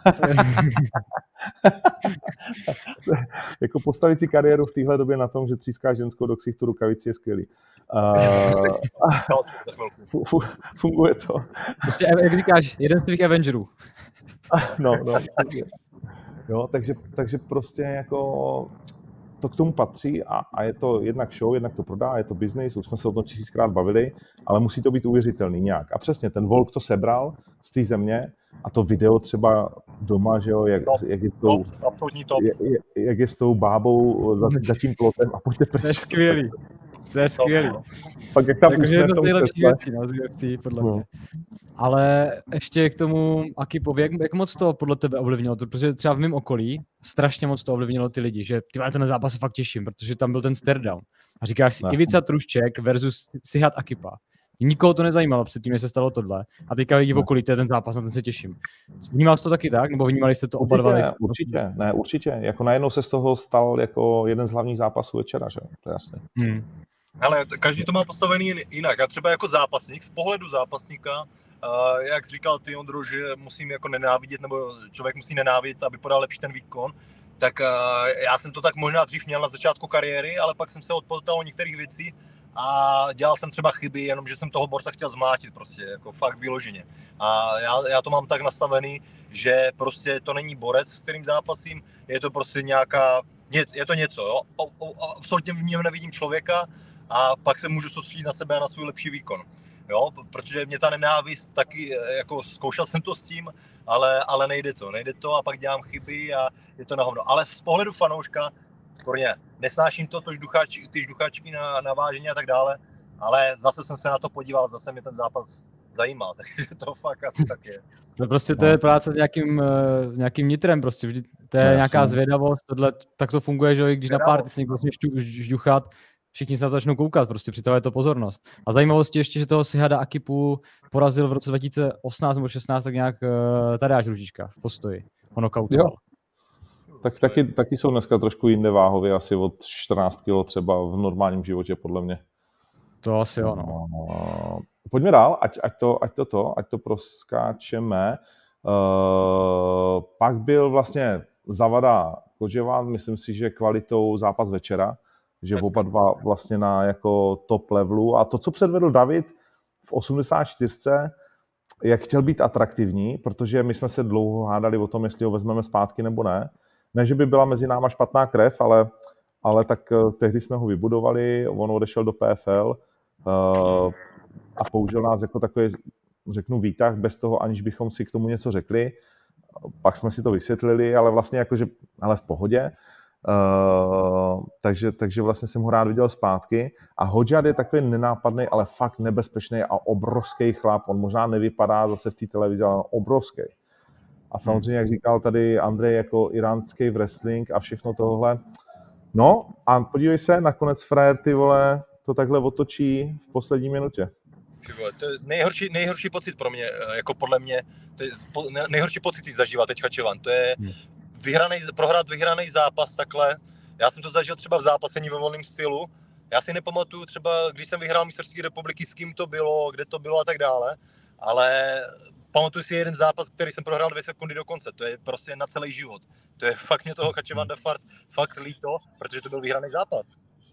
Jako postavit si kariéru v téhle době na tom, že tříská ženskou do ksichtu rukavici je skvělý. Uh, funguje to. Prostě, jak říkáš, jeden z tvých Avengerů. No, no. Jo, takže, takže prostě jako to k tomu patří a, a je to jednak show, jednak to prodá, je to business, už jsme se o tom tisíckrát bavili, ale musí to být uvěřitelný nějak. A přesně, ten Volk to sebral z té země a to video třeba doma, že jo, jak, jak, je, tou, jak, jak je s tou bábou za, za tím plotem a pojďte pryč. To je skvělý, to je skvělý. Pak jak tam takže jedno z nejlepších věcí, no, z U F C, podle no. mě. Ale ještě k tomu Akipovi, jak, jak moc to podle tebe ovlivnilo? Protože třeba v mém okolí strašně moc to ovlivnilo ty lidi, že ty ten zápas se fakt těším, protože tam byl ten stare-down. A říkáš si, Ivica Trušček versus Sihat Akipa. Nikoho to nezajímalo předtím, než se stalo tohle. A teďka lidi v okolí, to je ten zápas, na ten se těším. Vnímal jsi to taky tak? Nebo vnímali jste to oba dva? Určitě, určitě, ne, určitě. Jako najednou se z toho stal jako jeden z hlavních zápasů večera, že? To je jasné. Hmm. Ale každý to má postavený jinak. A třeba jako zápasník, z pohledu zápasníka, Uh, jak jsi říkal ty, Ondro, že musím jako nenávidět, nebo člověk musí nenávidět, aby podal lepší ten výkon, tak uh, já jsem to tak možná dřív měl na začátku kariéry, ale pak jsem se odpoutal o některých věcí a dělal jsem třeba chyby, jenom že jsem toho borce chtěl zmlátit prostě, jako fakt vyloženě. A já, já to mám tak nastavený, že prostě to není borec, s kterým zápasím, je to prostě nějaká, je to něco, jo, o, o, absolutně v něm nevidím člověka a pak se můžu soustředit na sebe a na svůj lepší výkon, jo, protože mě ta nenávist taky, jako zkoušel jsem to s tím, ale, ale nejde to, nejde to a pak dělám chyby a je to na hovno. Ale z pohledu fanouška, korně, nesnáším to, to žduchač, ty žduchačky na, na vážení a tak dále, ale zase jsem se na to podíval, zase mě ten zápas zajímá, takže to fakt asi tak je. No prostě to je práce s nějakým, uh, nějakým nitrem, prostě vždy, to je no, nějaká zvědavost, tohle, tak to funguje, že když zvědavost. Na párty se někdo začne žduchat, všichni se na to začnou koukat, prostě přitahuje to pozornost. A zajímavost je ještě, že toho Sihada Akipu porazil v roce dva tisíce osmnáct nebo šestnáct tak nějak uh, Tadeáš Růžička v postoji, ho nokautoval. Tak taky, taky jsou dneska trošku jinde váhově, asi od čtrnáct kilo třeba v normálním životě, podle mě. To asi jo, no. Pojďme dál, ať, ať, to, ať to to, ať to proskáčeme. Uh, pak byl vlastně Zavada Kodževan, myslím si, že kvalitou zápas večera, že oba dva vlastně na jako top levelu. A to, co předvedl David v osmdesát čtyři, jak chtěl být atraktivní, protože my jsme se dlouho hádali o tom, jestli ho vezmeme zpátky nebo ne. Ne, že by byla mezi náma špatná krev, ale, ale tak tehdy jsme ho vybudovali, on odešel do P F L uh, a použil nás jako takový, řeknu, výtah bez toho, aniž bychom si k tomu něco řekli. Pak jsme si to vysvětlili, ale vlastně jakože, ale v pohodě. Uh, takže, takže vlastně jsem ho rád viděl zpátky. A Hodžad je takový nenápadný, ale fakt nebezpečný a obrovský chlap. On možná nevypadá zase v té televizi, ale obrovský. A samozřejmě, jak říkal tady Andrej, jako iránský wrestling a všechno tohle. No a podívej se, nakonec frajer, ty vole, to takhle otočí v poslední minutě. Ty vole, to je nejhorší, nejhorší pocit pro mě, jako podle mě, to je nejhorší pocit si zažívá teď Hačevan. To je vyhranej, prohrát vyhraný zápas takhle. Já jsem to zažil třeba v zápasení ve volném stylu. Já si nepamatuju třeba, když jsem vyhrál mistrovství republiky, s kým to bylo, kde to bylo a tak dále, ale pamatuju si jeden zápas, který jsem prohrál dvě sekundy do konce. To je prostě na celý život. To je fakt mě toho Hačevanda fakt líto, protože to byl vyhraný zápas.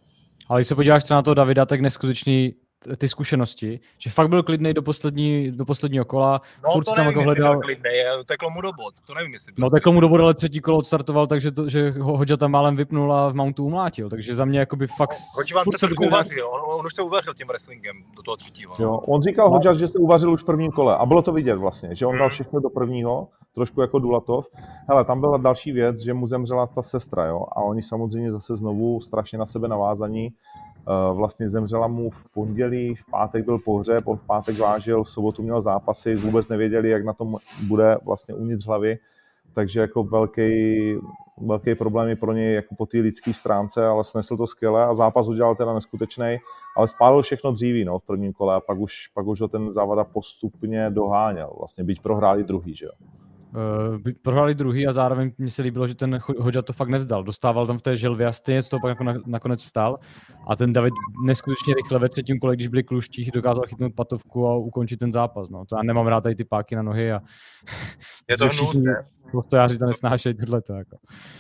Ale když se podíváš třeba na toho Davida, tak neskutečný ty zkušenosti, že fakt byl klidnej do, poslední, do posledního kola. No furt to tam nevím, jako hledal... byl klidnej, teklo mu do bod, to nevím, jestli byl. No teklo mu do bod, ale třetí kolo odstartoval, takže to, že ho Hodža tam málem vypnul a v mountu umlátil, takže za mě jakoby fakt... No, Hodža se trošku uvařil, on, on už se uvařil tím wrestlingem do toho třetího. Jo, on říkal Hodža, že se uvařil už v prvním kole a bylo to vidět vlastně, že on hmm. dal všechno do prvního, trošku jako Dulatov. Hele, tam byla další věc, že mu zemřela ta sestra, jo, a oni samozřejmě zase znovu strašně na sebe navázaní. Vlastně zemřela mu v pondělí, v pátek byl pohřeb, on v pátek vážil, v sobotu měl zápasy, vůbec nevěděli, jak na tom bude vlastně uvnitř hlavy, takže jako velký, velký problém je pro něj jako po té lidské stránce, ale snesl to skvěle a zápas udělal teda neskutečnej, ale spálil všechno dříví, no, v prvním kole a pak už, pak už ho ten Zavada postupně doháněl, vlastně byť prohráli druhý, že jo. Uh, prohráli druhý a zároveň mi se líbilo, že ten Hodža to fakt nevzdal. Dostával tam v té želvě a stejně z toho pak jako na, nakonec vstal. A ten David neskutečně rychle ve třetím kole, když byli kluští, dokázal chytnout patovku a ukončit ten zápas. No. To já nemám rád tady ty páky na nohy a je to všichni postojáři to nesnášejí tohleto. Jako.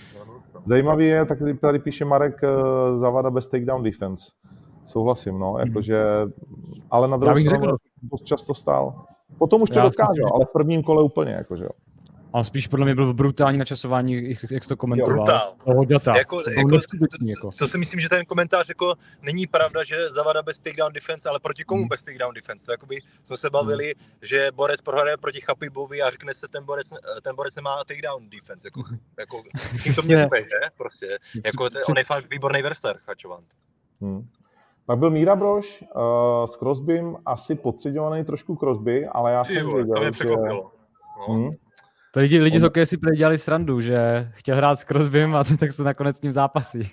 Zajímavý je, tak tady píše Marek, Zavada bez takedown defense. Souhlasím, no, jakože, ale na druhou stranu dost často stál. Potom už to dokázal, ale v prvním kole úplně, jakože jo. Ale spíš podle mě byl brutální načasování, jak jsi to komentoval. Brutál. Jako, jako, jako. To si myslím, že ten komentář jako není pravda, že Zavada bez takedown defense, ale proti komu hmm. bez takedown defense. Jakoby jsme se bavili, hmm. že borec prohraje proti Chapibovi a řekne se, ten borec, ten borec nemá takedown defense. Jako, jako, to mě nebe, že? Prostě. Jako, to, on je fakt výborný wrestler, Hačevand. Hmm. Pak byl Míra Brož uh, s Crosbym, asi podceňovaný trošku Crosby, ale já jsem věděl, to mě překvapilo. No. Hmm. To lidi, lidi z hokeje si dělali srandu, že chtěl hrát s Crosbym a tak se nakonec s ním zápasí.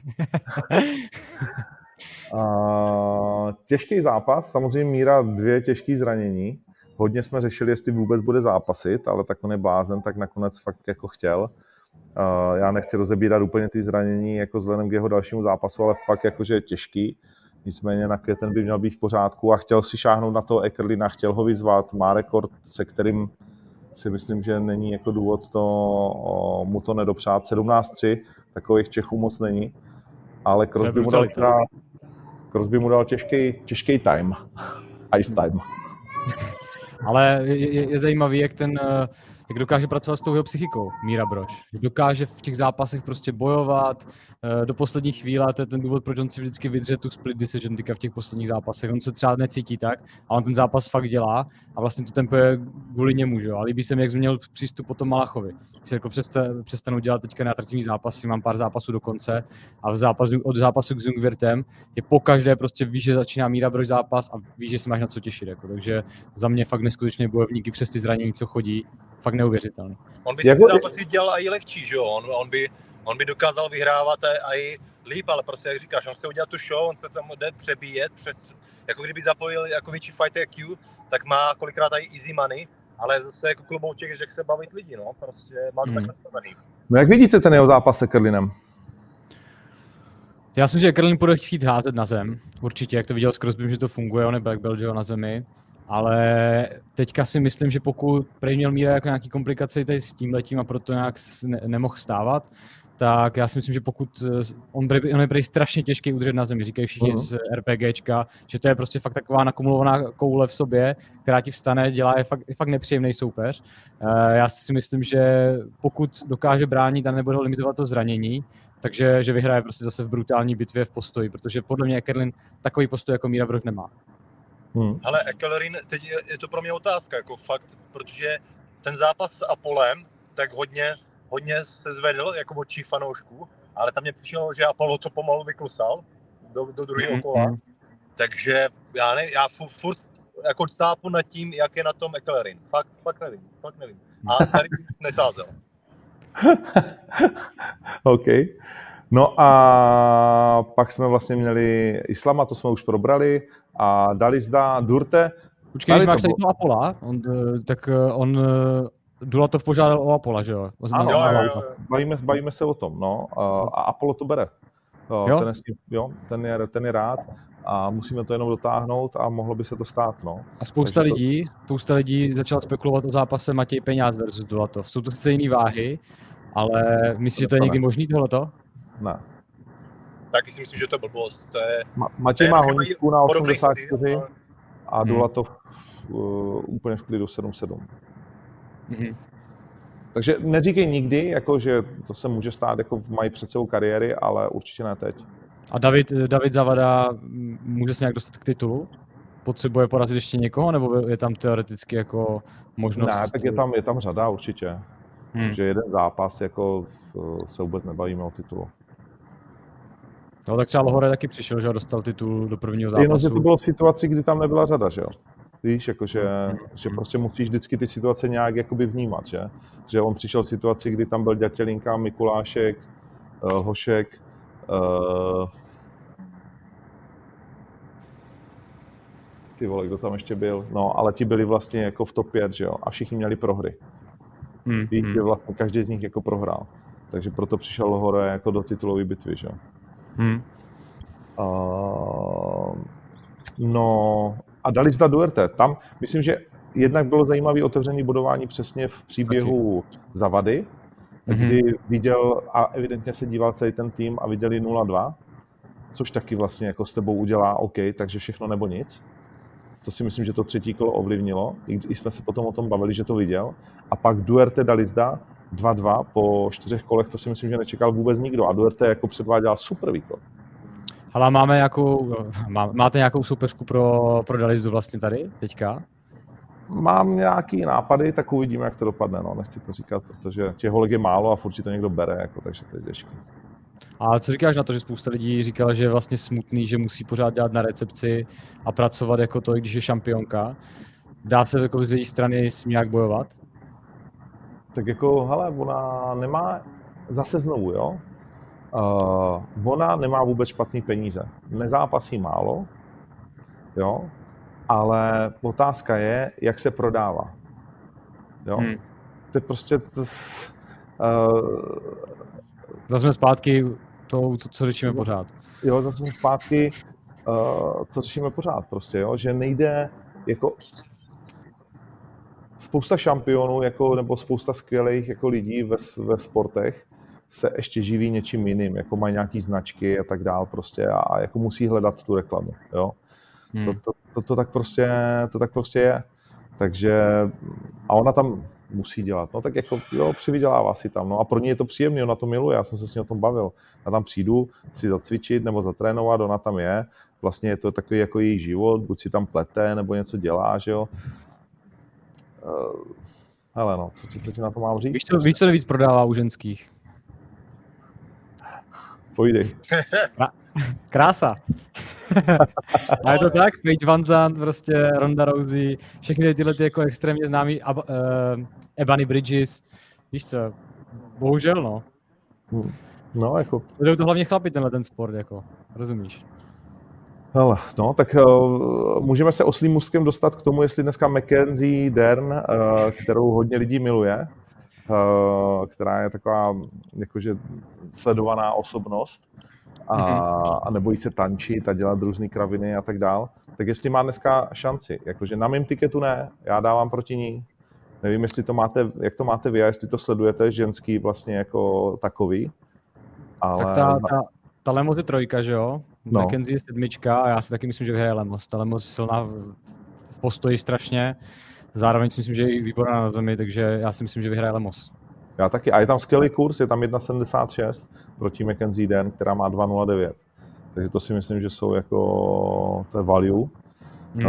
uh, těžký zápas, samozřejmě Míra dvě těžký zranění. Hodně jsme řešili, jestli vůbec bude zápasit, ale tak on je blázen, tak nakonec fakt jako chtěl. Uh, já nechci rozebírat úplně ty zranění jako vzhledem k jeho dalšímu zápasu, ale fakt jakože je těžký. Nicméně na květen by měl být v pořádku a chtěl si šáhnout na toho Eckerlina, chtěl ho vyzvat, má rekord, se kterým si myslím, že není jako důvod to, o, mu to nedopřát. sedmnáct tři, takových Čechů moc není, ale Crosby mu dal teda, Crosby mu dal těžký, těžký time. Ice time. Ale je, je zajímavý, jak ten, jak dokáže pracovat s tou jeho psychikou, Míra Brož. Dokáže v těch zápasech prostě bojovat do poslední chvíle, to je ten důvod, proč on si vždycky vydře tu split decision v těch posledních zápasech. On se třeba necítí tak, ale on ten zápas fakt dělá a vlastně to tempo je kvůli němu, že jo. A líbí se mi, jak změnil přístup potom Malachovi. Když se jako přestanu dělat teďka neatraktivní zápasy, mám pár zápasů do konce a v zápasu, od zápasu k Zungvirtem je pokaždé prostě víš, že začíná Míra Brož zápas a víš, že se máš na co těšit. Jako. Takže za mě fakt neskutečně bojovníky přes ty zranění, co chodí, fakt neuvěřitelný. On by ty zápasy dělal i lehčí, že jo? On, on, by, on by dokázal vyhrávat i líp, ale prostě jak říkáš, on chce udělat tu show, on se tam jde přebíjet, přes, jako kdyby zapojil jako větší fighter Q, tak má kolikrát i easy money, ale zase jako klobouček, že chce bavit lidi, no, prostě má to hmm. tak nastavený. No jak vidíte ten jeho zápas se Kerlinem? Já si myslím, že Kerlin bude chtít házet na zem, určitě, jak to viděl s Crosbym, že to funguje, on je black belt, že jo, na zemi. Ale teďka si myslím, že pokud prej měl Míra jako nějaký komplikace tady s tímhletím a proto nějak ne- nemohl stávat, tak já si myslím, že pokud on, prej, on je prej strašně těžký udržet na zemi, říkají všichni uh-huh. z RPGčka, že to je prostě fakt taková nakumulovaná koule v sobě, která ti vstane, dělá, je fakt, je fakt nepříjemný soupeř. Já si myslím, že pokud dokáže bránit a nebude limitovat to zranění, takže že vyhraje prostě zase v brutální bitvě v postoji, protože podle mě Kerlin takový postoj jako Míra Brož nemá. Hmm. Ale Ecklerin, teď je, je to pro mě otázka, jako fakt, protože ten zápas s Apolem tak hodně, hodně se zvedl jako od čích fanoušků, ale tam mě přišlo, že Apollo to pomalu vyklusal do, do druhého hmm. kola, takže já, ne, já furt, furt jako tápu nad tím, jak je na tom Ecklerin. Fakt, fakt nevím, fakt nevím. A tady nesázel. OK. No a pak jsme vlastně měli Islama, to jsme už probrali, a Dalizda, Durte. Počkej, když máš tady toho Apola, on, tak on Dulatov požádal o Apola, že jo? Ano, jo, jo, jo. Bavíme, bavíme se o tom, no. A Apollo to bere. Jo? Ten, je, jo, ten, je, ten je rád a musíme to jenom dotáhnout a mohlo by se to stát, no. A spousta Takže lidí, to... spousta lidí začala spekulovat o zápase Matěj Peňáz versus Dulatov. Jsou to sice jiný váhy, ale myslíš, že to je někdy možný tohleto? Ne. Taky si myslím, že to je blbost. To je, Ma- Matěj má honíčku na osmdesát čtyři ale... a Dulatov uh, úplně v klidu sedm sedm. Mm-hmm. Takže neříkej nikdy, jako, že to se může stát, jako mají před sebou kariéry, ale určitě ne teď. A David, David Zavada může se nějak dostat k titulu? Potřebuje porazit ještě někoho, nebo je tam teoreticky jako možnost? Ne, tak je tam, je tam řada určitě. Hmm. Že jeden zápas, jako se vůbec nebavíme o titulu. No tak třeba Lohore taky přišel, že dostal titul do prvního zápasu. Jenom, že to bylo v situaci, kdy tam nebyla řada, že jo? Víš, jakože, že prostě musíš vždycky ty situace nějak jakoby vnímat, že? Že on přišel v situaci, kdy tam byl Ďatelinka, Mikulášek, uh, Hošek, uh, ty vole, kdo tam ještě byl? No, ale ti byli vlastně jako v top pět, že jo? A všichni měli prohry. Hmm, Víš, hmm. že vlastně každý z nich jako prohrál. Takže proto přišel Lohore jako do titulové bitvy, že jo? Hmm. Uh, no a Dalizda Duarte. Tam myslím, že jednak bylo zajímavé otevřené budování přesně v příběhu taky. Zavady, mm-hmm. kdy viděl a evidentně se díval celý ten tým a viděli nula dva, což taky vlastně jako s tebou udělá OK, takže všechno nebo nic. To si myslím, že to třetí kolo ovlivnilo, i jsme se potom o tom bavili, že to viděl. A pak Duarte Dalizda dva dva po čtyřech kolech, to si myslím, že nečekal vůbec nikdo. A Duarte jako předváděl super výkon. Ale máme nějakou, má, máte nějakou soupeřku pro, pro Dalizdu vlastně tady, teďka? Mám nějaký nápady, tak uvidíme, jak to dopadne. No. Nechci to říkat, protože těch holek je málo a furt to někdo bere, jako, takže to je těžké. A co říkáš na to, že spousta lidí říkala, že je vlastně smutný, že musí pořád dělat na recepci a pracovat jako to, když je šampionka? Dá se jako z její strany s nějak bojovat? Tak jako, hele, ona nemá, zase znovu, jo? Uh, ona nemá vůbec špatný peníze. Nezápasí málo, jo? Ale otázka je, jak se prodává. Jo? Hmm. To je prostě... To, uh, zase jsme zpátky to, to, co řešíme pořád. Jo, zase jsme zpátky, uh, co řešíme pořád prostě, jo? Že nejde jako... Spousta šampionů, jako, nebo spousta skvělých jako lidí ve, ve sportech, se ještě živí něčím jiným, jako mají nějaký značky a tak dál prostě a, a jako musí hledat tu reklamu, jo. Hmm. To, to, to, to, tak prostě, to tak prostě je. Takže, a ona tam musí dělat, no tak jako jo, přivydělává si tam, no a pro ní je to příjemný, ona to miluje, já jsem se s ní o tom bavil. Já tam přijdu si zacvičit nebo zatrénovat, ona tam je, vlastně je to takový jako její život, buď si tam plete nebo něco dělá, že jo. Uh, hele no, co ti, co ti na to mám říct? Víš, co, víš, co nejvíc prodává u ženských? Pojdej. Krása. A je to tak, Paige Van Zandt, prostě Ronda Rousey, všechny tyhle ty jako extrémně známý uh, Ebony Bridges, víš co, bohužel no. No jako. Jdou to hlavně chlapi tenhle ten sport, jako, rozumíš? Hele, no, tak uh, můžeme se oslým můstkem dostat k tomu, jestli dneska Mackenzie Dern, uh, kterou hodně lidí miluje, uh, která je taková jakože sledovaná osobnost, a, a nebojí se tančit a dělat různý kraviny a tak dál, tak jestli má dneska šanci, jakože na mém tiketu ne, já dávám proti ní, nevím, jestli to máte, jak to máte vy a jestli to sledujete ženský vlastně jako takový, ale... Tak ta, ta, ta Lemos je trojka, že jo? No. Mackenzie je sedmička a já si taky myslím, že vyhraje Lemos. Ta Lemos je silná v, v postoji strašně, zároveň si myslím, že je výborná na zemi, takže já si myslím, že vyhraje Lemos. Já taky. A je tam skvělý kurz, je tam jedna sedmdesát šest proti Mackenzie Dern, která má dva nula devět. Takže to si myslím, že jsou jako, to je value. Hmm.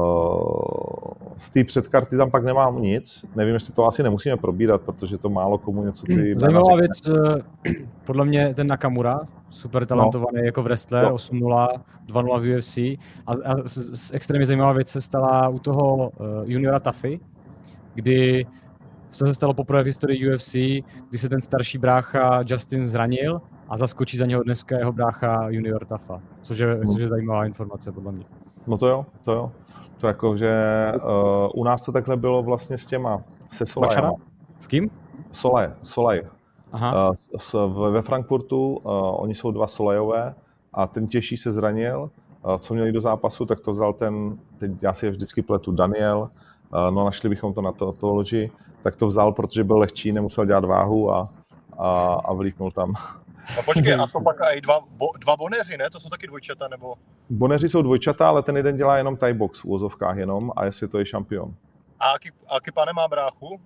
Uh, z té předkarty tam pak nemám nic. Nevím, jestli to asi nemusíme probírat, protože to málo komu něco ty... Zajímavá věc, podle mě ten Nakamura, super talentovaný no. jako wrestler, no. osm nula, dva nula v U F C. A, a s, s, extrémně zajímavá věc se stala u toho uh, juniora Taffy, kdy co se stalo poprvé v historii U F C, kdy se ten starší brácha Justin zranil a zaskočí za něho dneska jeho brácha junior Taffa, což je, hmm. což je zajímavá informace podle mě. No to jo, to jo. To jako, že uh, u nás to takhle bylo vlastně s těma, se Solajama. S kým? Solaj, Solaj. Aha. Uh, s, ve Frankfurtu uh, oni jsou dva Solajové a ten těžší se zranil. Uh, co měli do zápasu, tak to vzal ten, teď já si je vždycky pletu, Daniel, uh, no našli bychom to na to, to loži, tak to vzal, protože byl lehčí, nemusel dělat váhu a, a, a vlítnul tam. No počkej, a jsou pak i dva, bo, dva boneři, ne? To jsou taky dvojčata, nebo? Boneři jsou dvojčata, ale ten jeden dělá jenom Thai box v úvozovkách jenom a je světový šampion. A Akipa nemá bráchu?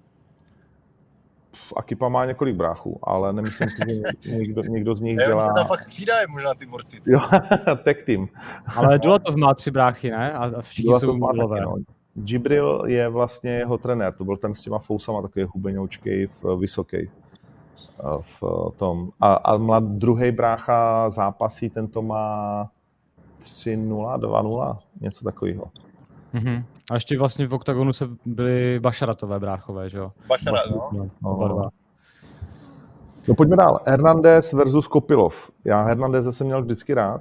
Akipa má několik bráchů, ale nemyslím si, že někdo, někdo z nich ne, dělá... Se tam fakt střídají možná ty borci. Jo, tag team. Ale Dulatov má tři bráchy, ne? A všichni Dulatov jsou Dulové. No. Gibril je vlastně jeho trenér, to byl ten s těma fousama, takový hubeňoučkej, vysoký v tom. A, a má druhý brácha zápasí, tento má tři nula, dva nula, něco takového. Mm-hmm. A ještě vlastně v oktagonu se byli Bašaratové bráchové, že jo? Bašarat, no. no. no. No pojďme dál. Hernandez versus Kopilov. Já Hernandeze jsem měl vždycky rád.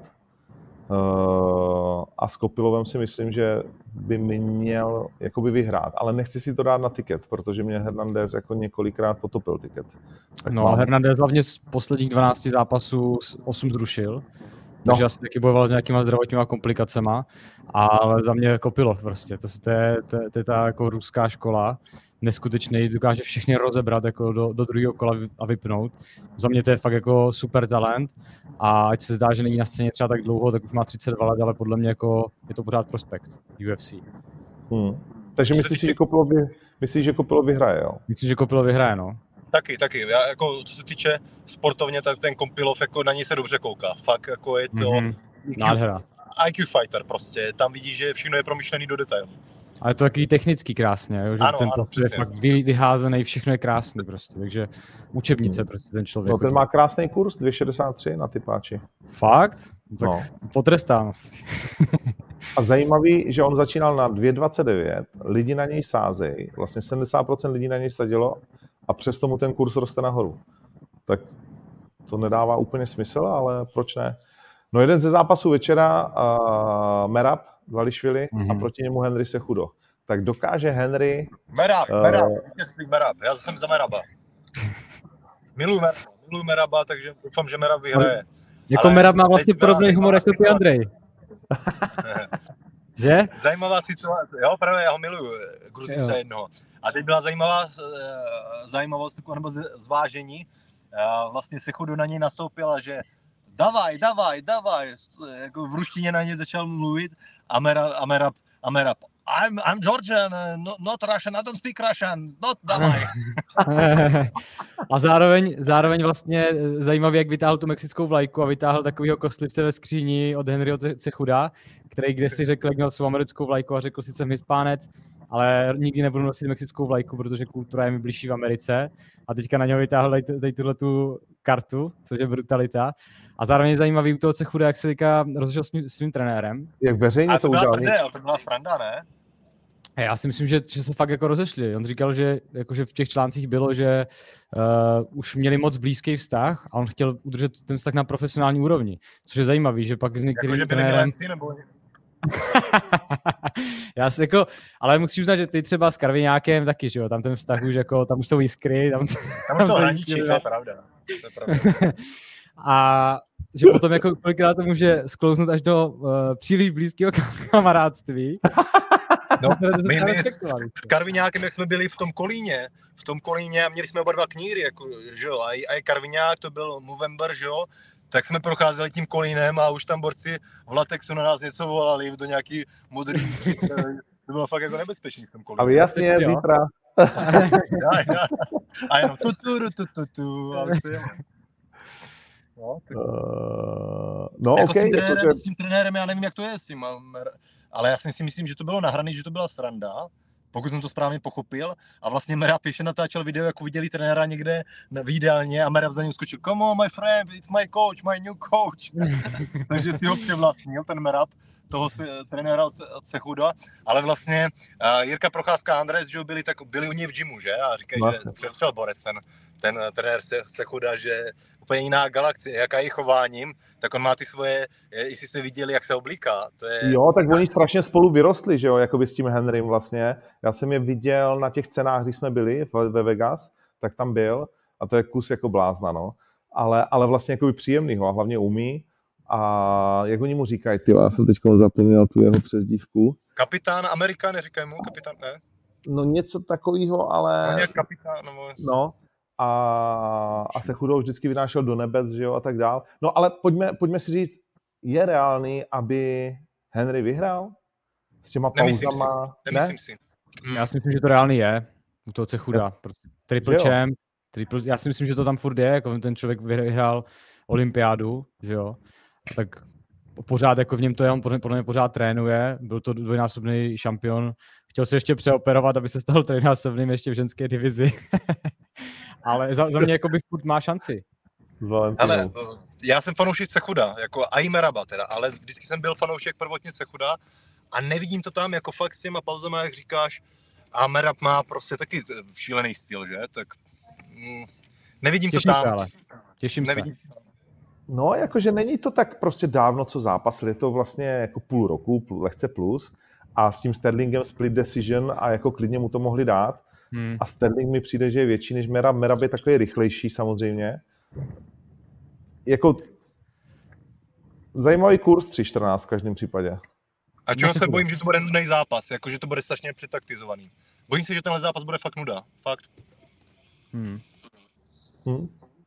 Uh, a s Kopilovem si myslím, že by měl jakoby vyhrát, ale nechci si to dát na tiket, protože mě Hernandez jako několikrát potopil tiket. Tak no mám... a Hernandez hlavně z posledních dvanácti zápasů osm zrušil, takže no. asi taky bojoval s nějakýma zdravotníma komplikacema, ale za mě Kopilov prostě, to, to, je, to, to je ta jako ruská škola, neskutečný, dokáže všechny rozebrat jako do, do druhého kola a vypnout. Za mě to je fakt jako super talent a ať se zdá, že není na scéně třeba tak dlouho, tak už má třicet dva let, ale podle mě jako je to pořád prospekt U F C. Hmm. Takže myslíš, že Kopilov, vy, myslíš, že Kopilov vyhraje, jo? Myslím, že Kopilov vyhraje, no. Taky, taky. Já, jako, co se týče sportovně, tak ten Kopilov jako na něj se dobře kouká. Fakt jako je to mm-hmm. Nádhera. I Q fighter prostě. Tam vidíš, že všechno je promyšlený do detailu. Ale je to taky technický krásně, jo? Že ano, ten ano, je fakt vy, vyházený, všechno je krásný prostě, takže učebnice hmm. prostě ten člověk. No ten má krásný kurz, dvě šedesát tři na typáči. Fakt? Tak no. Potrestám. A zajímavý, že on začínal na dvě dvacet devět, lidi na něj sázejí, vlastně sedmdesát procent lidí na něj sadilo a přesto mu ten kurz roste nahoru. Tak to nedává úplně smysl, ale proč ne? No jeden ze zápasů večera, uh, Merab, Dvalishvili mm-hmm. a proti němu Henry Cejudo. Tak dokáže Henry... Merab, uh, Merab, jestli Merab, já jsem za Meraba. Miluji Meraba, miluji Meraba, takže doufám, že Merab vyhraje. Jako Merab má vlastně podobný humor jako ty Andrej. Že? Zajímavá situace, jo, právě já ho miluju, Gruzice jednoho. A teď byla zajímavá zajímavost, nebo zvážení, vlastně Cechudo na něj nastoupila, že davaj, davaj, davaj, jako v ruštině na něj začal mluvit a Merab, a Merab, a Merab I'm, I'm Georgian, not, not Russian, I don't speak Russian, not davaj. A zároveň, zároveň vlastně zajímavý, jak vytáhl tu mexickou vlajku a vytáhl takovýho kostlivce ve skříni od Henryho Cechuda, který kdysi řekl, jak měl svou americkou vlajku a řekl, sice jsem Hispánec, ale nikdy nebudu nosit mexickou vlajku, protože kultura je mi blížší v Americe. A teďka na něho vytáhl dej, dej tuhle tu kartu, což je brutalita. A zároveň je zajímavý u toho Cechuda, jak se teďka rozešel s svým, svým trenérem. Jak veřejně to, to udělal. A to byla sranda, ne? Já si myslím, že, že se fakt jako rozešli. On říkal, že, jako, že v těch článcích bylo, že uh, už měli moc blízký vztah a on chtěl udržet ten vztah na profesionální úrovni. Což je zajímavý, že pak s některým jako, trenérem... Nebo... Já si jako, ale musím uznat, že ty třeba s Karviňákem taky, že jo, tam ten vztah už jako, tam už jsou jiskry. Tam, tam už to hraničí, to je pravda. To je pravda. A že potom jako kolikrát to může sklouznout až do uh, příliš blízkého kamarádství. No, my, my s Karviňákem, jak jsme byli v tom Kolíně, v tom Kolíně a měli jsme oba dva kníry, jako, že jo, a i Karviňák, to byl Movember, že jo, tak jsme procházeli tím Kolínem a už tam borci v latexu na nás něco volali do nějaký modrý ulice. To bylo fakt jako nebezpečný v tom Kolíně. Ale jasně, zítra. A jenom tu, tu, tu, tu, tu, a už No, tak... uh, no jako okay, s, tím trenérem, protože... s tím trenérem, já nevím, jak to je s tím, ale já si myslím, že to bylo nahraný, že to byla sranda, pokud jsem to správně pochopil. A vlastně Merab ještě natáčel video, jak uviděli trenéra někde v jídelně a Merab za ním skočil, come on, my friend, it's my coach, my new coach. Takže si ho převlastnil, ten Merab, toho se, trenéra od, od Cechuda. Ale vlastně uh, Jirka Procházka a Andres, že byli, tak, byli u něj v gymu, že? A říkají, no. že přestřel Borec, ten, ten trenér Cechuda, že úplně jiná galaxie, jaká je chováním, tak on má ty svoje, jestli jste viděli, jak se oblíká. To je... Jo, tak oni strašně spolu vyrostli, že jo, jakoby s tím Henrym vlastně. Já jsem je viděl na těch cenách, když jsme byli ve Vegas, tak tam byl a to je kus jako blázna, no. Ale, ale vlastně jakoby příjemnýho a hlavně umí. A jak oni mu říkají, ty, já jsem teď zapomněl tu jeho přezdívku. Kapitán Amerika, neříkají mu, kapitán, ne? No něco takového, ale... No, kapitán, no. no. A, a Cechudo vždycky vynášel do nebes, že jo, a tak dál. No ale pojďme, pojďme si říct, je reálný, aby Henry vyhrál? S těma Nemyslím pauzama? Si. Nemyslím ne? si. Hmm. Já si myslím, že to reálný je, u toho Cechuda. Triple champ, triple, já si myslím, že to tam furt je, jako ten člověk vyhrál olympiádu, že jo. A tak pořád jako v něm to je, on podle mě pořád trénuje, byl to dvojnásobný šampion. Chtěl se ještě přeoperovat, aby se stal trojnásobným ještě v ženské divizi. Ale za, za mě jako bych furt má šanci. Ale já jsem fanoušek Cechuda, jako a i Meraba teda, ale vždycky jsem byl fanoušek prvotně Cechuda a nevidím to tam jako fakt s těma pauzama, jak říkáš, a Merab má prostě taky šílený styl, že? Tak mm, nevidím Těším to tam. Se, ale. Těším nevidím. se. No, jakože není to tak prostě dávno, co zápasil, je to vlastně jako půl roku, lehce plus a s tím Sterlingem split decision a jako klidně mu to mohli dát. Hmm. A Sterling mi přijde, že je větší než Merab. Merab je takový rychlejší samozřejmě. Jako zajímavý kurz tři čtrnáct v každém případě. A čeho se bojím, že to bude nudný zápas, jakože to bude strašně přetaktizovaný. Bojím se, že tenhle zápas bude fakt nuda. Fakt. Hmm. Hmm.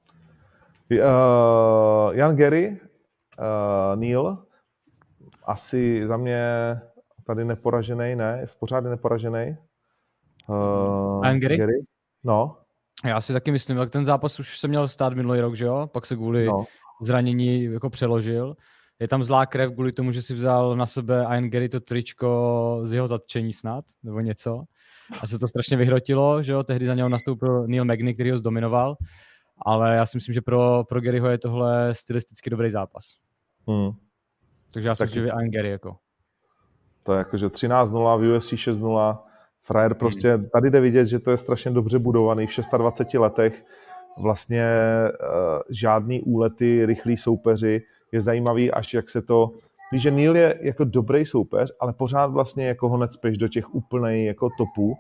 Uh, Jan Gary, uh, Neil, asi za mě tady neporažený, ne? V pořádně neporažený. Uh, Jan Gary? Gary? No. Já si taky myslím, tak ten zápas už se měl stát minulý rok, že jo? Pak se kvůli no. zranění jako přeložil. Je tam zlá krev kvůli tomu, že si vzal na sebe Ian Gary to tričko z jeho zatčení snad, nebo něco. A se to strašně vyhrotilo, že jo? Tehdy za něho nastoupil Neil Magny, který ho zdominoval. Ale já si myslím, že pro, pro Garyho je tohle stylisticky dobrý zápas. Hmm. Takže já si myslím, že Ian Gary jako. To je jakože třináct nula, v U F C šest nula. Frajer prostě, hmm. tady jde vidět, že to je strašně dobře budovaný v dvaceti šesti letech. Vlastně uh, žádný úlety, rychlí soupeři. Je zajímavý, až jak se to... Víš, že Neil je jako dobrý soupeř, ale pořád vlastně jako ho necpeš do těch úplnej jako topů.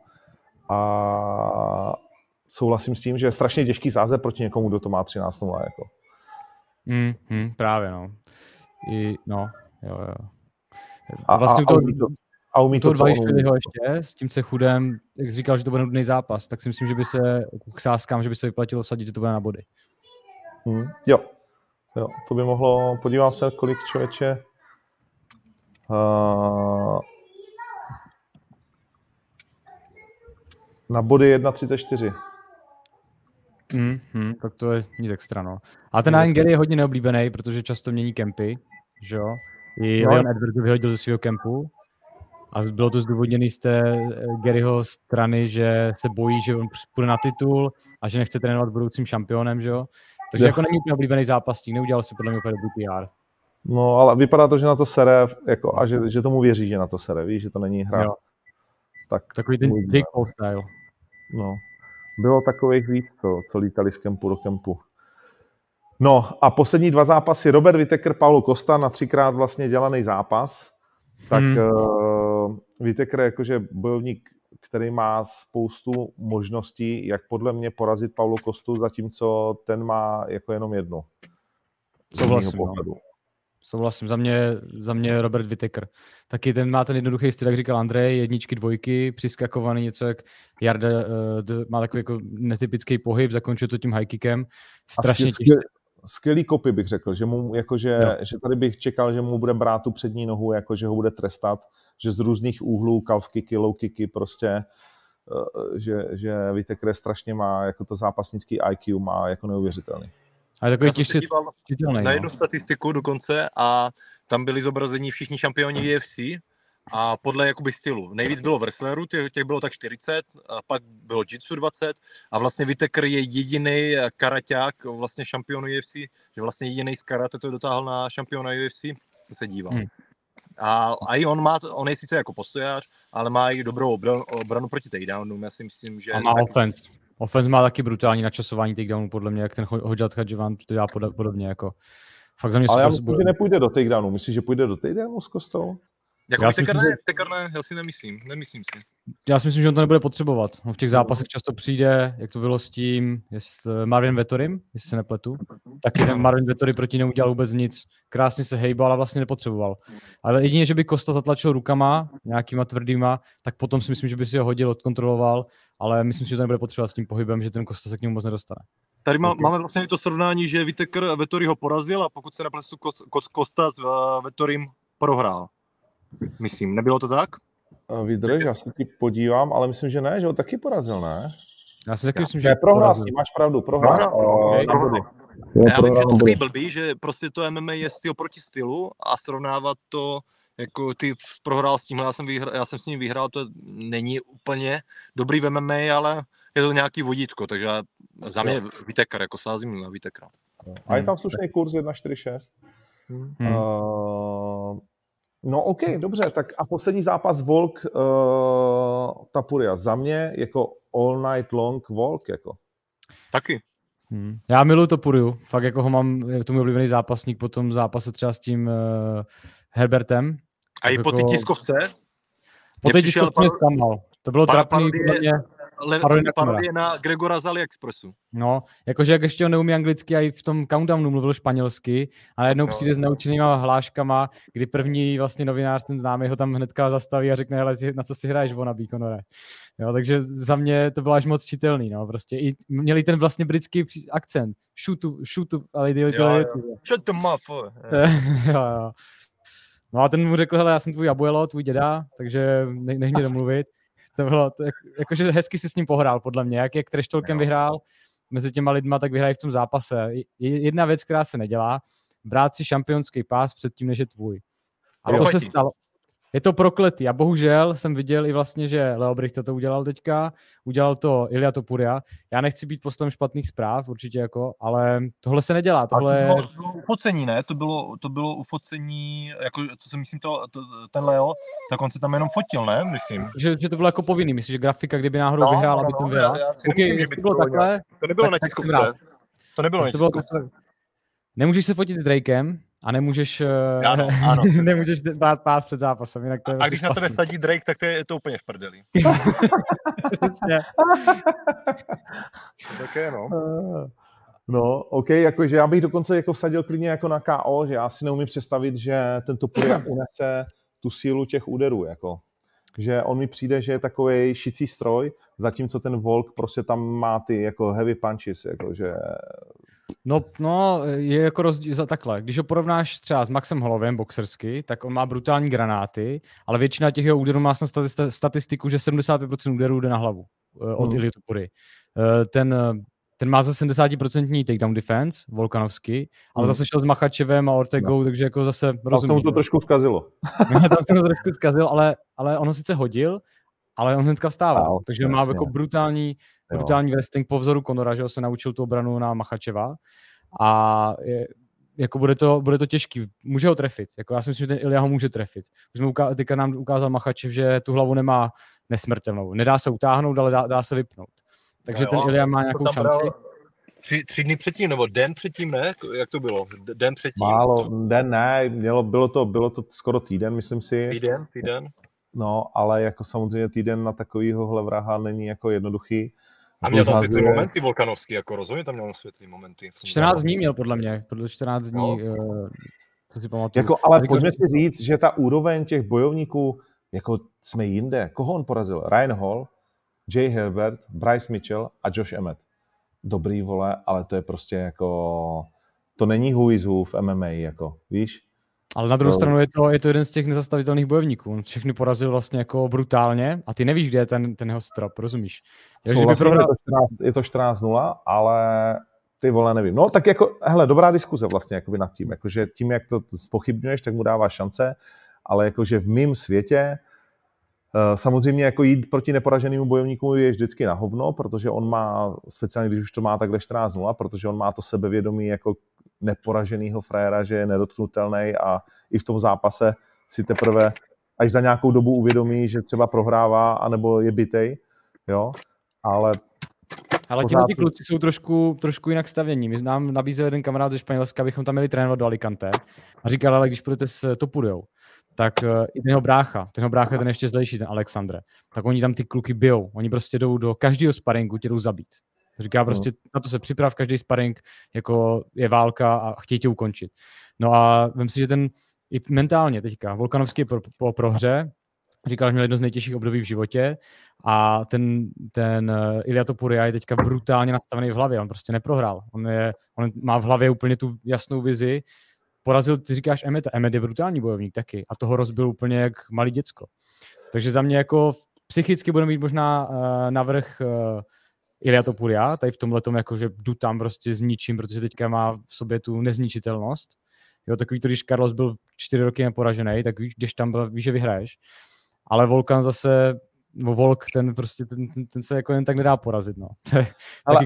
A souhlasím s tím, že je strašně těžký sázet proti někomu, kdo to má třináct nula. Jako. Mm, mm, právě, no. I, no, jo, jo. A, vlastně a, to, a umí to, a umí to, to co ho ještě s tím Cechudem, jak jsi říkal, že to bude nudný zápas, tak si myslím, že by se k sázkám, že by se vyplatilo vsadit, že to bude na body. Hmm, jo. jo, to by mohlo, podívám se, kolik člověče uh, na body jedna třicet čtyři. Mm, mm, tak to je nic extra, no. A ten Ian Gary je hodně neoblíbený, protože často mění kempy, že jo. I no. Leon Edwards vyhodil ze svého kempu a bylo to zdůvodněný z té Garyho strany, že se bojí, že on půjde na titul a že nechce trénovat budoucím šampionem, že jo. Takže jo. Jako není úplně oblíbený zápasník, neudělal si podle mě úplně dobrý P R. No, ale vypadá to, že na to sere, jako, a že, že tomu věří, že na to sere, víš, že to není hra. Jo. Tak, takový ten Jake Paul style. No, bylo takových víc, co, co lítali z kempu do kempu. No a poslední dva zápasy, Robert Whittaker, Paulo Costa, na třikrát vlastně dělaný zápas. Tak hmm. uh, Whittaker je jakože bojovník, který má spoustu možností, jak podle mě porazit Paulo Costu, zatímco ten má jako jenom jednu. Souhlasím, no. Souhlasím, za mě, za mě Robert Whittaker. Taky ten má ten jednoduchý styl, jak říkal Andrej, jedničky, dvojky, přiskakovaný, něco jak Jarda, uh, má takový jako netypický pohyb, zakončuje to tím high kickem. Strašně těžké. Skvělý kopy bych řekl, že, mu, jakože, že tady bych čekal, že mu bude brát tu přední nohu, jako, že ho bude trestat, že z různých úhlů, calf kicky, low kicky, prostě, že, že Whittaker strašně má, jako to zápasnický I Q má jako neuvěřitelný. A takový těžce na jednu statistiku dokonce a tam byli zobrazení všichni šampioni U F C a podle jakoby stylu. Nejvíc bylo wrestlerů, těch, těch bylo tak čtyřicet, a pak bylo jitsu dvacet a vlastně Whittaker je jediný karaťák, vlastně šampion U F C, že vlastně jediný z karate to dotáhl na šampiona U F C, co se dívá. Hmm. A, a i on má, on je sice jako postojář, ale má i dobrou obranu, obranu proti takedownům, já si myslím, že... A má offense. Offense má taky brutální načasování takedownu, podle mě, jak ten Hodžat Hadživan to dělá podobně, jako... Fakt za mě ale já myslím, že nepůjde do takedownu. Myslíš, že půjde do takedownu s Kostou? Jako já, myslím, ne, že... ne, já si nemyslím, nemyslím si. Já si myslím, že on to nebude potřebovat. On v těch zápasech často přijde, jak to bylo s tím, s Marvin Vettorim, jestli se nepletu. Taky ten Marvin Vettori proti neudělal vůbec nic. Krásně se hejbal a vlastně nepotřeboval. Ale jedině, že by Costa zatlačil rukama, nějakýma tvrdýma, tak potom si myslím, že by si ho hodil, odkontroloval, ale myslím si, že to nebude potřebovat s tím pohybem, že ten Costa se k němu moc nedostane. Tady má, máme vlastně to srovnání, že Whittaker Vettori ho porazil a pokud se nepletu, Costa s Vettorim prohrál. Myslím, nebylo to tak? Vydrž, já se ti podívám, ale myslím, že ne, že ho taky porazil, ne? Já si taky myslím, že ne, prohrál s tím, máš pravdu, prohrál. No, no, okay. na body. Já vím, že to takový blbý, že prostě to M M A je styl proti stylu a srovnávat to, jako ty prohrál s tímhle, já jsem, vyhrál, já jsem s ním vyhrál, to není úplně dobrý v M M A, ale je to nějaký vodítko, takže za mě Whittaker, jako sázím na Whittakera. A je tam slušný kurz jedna čtyři šest. Hmm. Uh, No OK, dobře, tak a poslední zápas Volk uh, Tapuria. Za mě jako all night long Volk, jako. Taky. Hmm. Já miluji Topuriu, fakt jako ho mám, je to můj oblíbený zápasník po tom zápase třeba s tím uh, Herbertem. A i po té jako... tiskovce? Po té tiskovce mě zklamal. To bylo trapný, podle mě. Le- parodie na Gregora z AliExpressu. No, jakože jak ještě on neumí anglicky a i v tom countdownu mluvil španělsky a jednou no. přijde s naučenýma hláškama, kdy první vlastně novinář, ten známý, ho tam hnedka zastaví a řekne, hele, na co si hraješ, Wannabe Conore. Jo, takže za mě to bylo až moc čitelný, no, prostě i měli ten vlastně britský akcent, shoot to, shoot to, ale dělali tyhle věci. Shut the muff. jo, jo. No a ten mu řekl, hele, já jsem tvůj abuelo, tvůj děda, takže nech, nech mě domluvit. To bylo, to, jakože hezky si s ním pohrál, podle mě. Jak, jak trash talkem vyhrál mezi těma lidma, tak vyhrají v tom zápase. Jedna věc, která se nedělá, brát si šampionský pás předtím, než je tvůj. A to se stalo. Je to prokletý. A bohužel jsem viděl i vlastně, že Leo Brichta to udělal teďka, udělal to Ilia Topuria. Já nechci být poslem špatných zpráv, určitě jako, ale tohle se nedělá. Tohle... To bylo, to bylo ufocení, ne? To bylo, to bylo ufocení, jako, co si myslím, to, to, ten Leo, tak on se tam jenom fotil, ne? Myslím. Že, že to bylo jako povinný, myslím, že grafika, kdyby náhodou no, vyhrál, no, aby to vyhrál. Já, já si okay, nemyslím, že by to bylo takhle. To nebylo na tiskovce. To nebylo na tiskovce. Nemůžeš se fotit s Drakem, a nemůžeš, ano, ano. nemůžeš brát pás před zápasem. Jinak to je a když špatný. Na tebe sadí Drake, tak to je to úplně v prdeli. Tak je, no. No, OK, jakože já bych dokonce jako vsadil klidně jako na K O, že já si neumím představit, že ten Topuria unese tu sílu těch úderů, jako. Že on mi přijde, že je takovej šicí stroj, zatímco ten Volk prostě tam má ty jako heavy punches, jako že... No, no, je jako rozdíl za takhle. Když ho porovnáš třeba s Maxem Hollovem boxersky, tak on má brutální granáty, ale většina těch jeho úderů má snad statistiku, že sedmdesát pět procent úderů jde na hlavu od hmm. Ilie Topury. Ten, ten má za sedmdesát procent takedown defense, Volkanovský, ale hmm. zase šel s Makhačevem a Ortegou, no. takže jako zase rozumím. Tam se mu to trošku zkazilo. Tam se to trošku zkazil, ale, ale on ho sice hodil, ale on hnedka vstával, no, takže jasně. má jako brutální, brutální wrestling po vzoru Conora, že ho se naučil tu obranu na Makhačeva a je, jako bude to, bude to těžký, může ho trefit, jako já si myslím, že ten Ilja ho může trefit. Už jsme uká, teďka nám ukázal Makhačev, že tu hlavu nemá nesmrtelnou, nedá se utáhnout, ale dá, dá se vypnout. Takže no, ten Ilja má nějakou šanci. Tři, tři dny předtím, nebo den předtím, ne? Jak to bylo? Den předtím? Málo, den ne, mělo, bylo, to, bylo to skoro týden, myslím si. Týden, týden. No, ale jako samozřejmě týden na takovýhohle vraha není jako jednoduchý. A měl tam světlý momenty Volkanovský, jako rozhodně tam měl světlý momenty. čtrnáct dní měl podle mě, podle čtrnáct dní, no. uh, to si pamatuju. Jako, ale a pojďme si říct, že ta úroveň těch bojovníků, jako jsme jinde. Koho on porazil? Ryan Hall, Jay Herbert, Bryce Mitchell a Josh Emmett. Dobrý, vole, ale to je prostě jako, to není who is who v M M A, jako, víš? Ale na druhou to... stranu je to, je to jeden z těch nezastavitelných bojovníků. On všechny porazil vlastně jako brutálně a ty nevíš, kde je ten, ten jeho strop, rozumíš? Je, že by prohrál... je to čtrnáct nula, ale ty vole, nevím. No tak jako, hele, dobrá diskuze vlastně jakoby nad tím, jakože tím, jak to zpochybňuješ, tak mu dáváš šance, ale jakože v mém světě samozřejmě jako jít proti neporaženému bojovníku je vždycky na hovno, protože on má, speciálně když už to má takhle čtrnáct nula, protože on má to sebevědomí jako neporaženýho frajera, že je nedotknutelný a i v tom zápase si teprve až za nějakou dobu uvědomí, že třeba prohrává anebo je bitej, jo, ale... Ale ti ti kluci jsou trošku, trošku jinak stavění. My nám nabízel jeden kamarád ze Španělska, abychom tam měli trénovat do Alicante a říkal, ale když půjdete s Topurou, tak uh, i ten jeho brácha, ten jeho brácha ten ještě zlejší, ten Alexandre, tak oni tam ty kluky bijou. Oni prostě jdou do každého sparingu, tě jdou zabít. Říká prostě, no. na to se připrav, každý sparring jako je válka a chtějí tě ukončit. No a vem si, že ten i mentálně teďka, Volkanovský po, po prohře, říkal, že měl jedno z nejtěžších období v životě a ten, ten uh, Ilia Topuria je teďka brutálně nastavený v hlavě, on prostě neprohrál. On, je, on má v hlavě úplně tu jasnou vizi. Porazil, ty říkáš Emmeta, Emmet je brutální bojovník taky a toho rozbil úplně jak malý děcko. Takže za mě jako psychicky bude mít možná uh, navrch uh, Ilia Topuria, tady v tomhletom jako, že jdu tam prostě s ničím, protože teďka má v sobě tu nezničitelnost. Jo, takový to, když Carlos byl čtyři roky neporažený, tak víš, když tam byl, víš, že vyhraješ. Ale Volkan zase, no Volk, ten prostě, ten, ten, ten se jako jen tak nedá porazit, no. Ale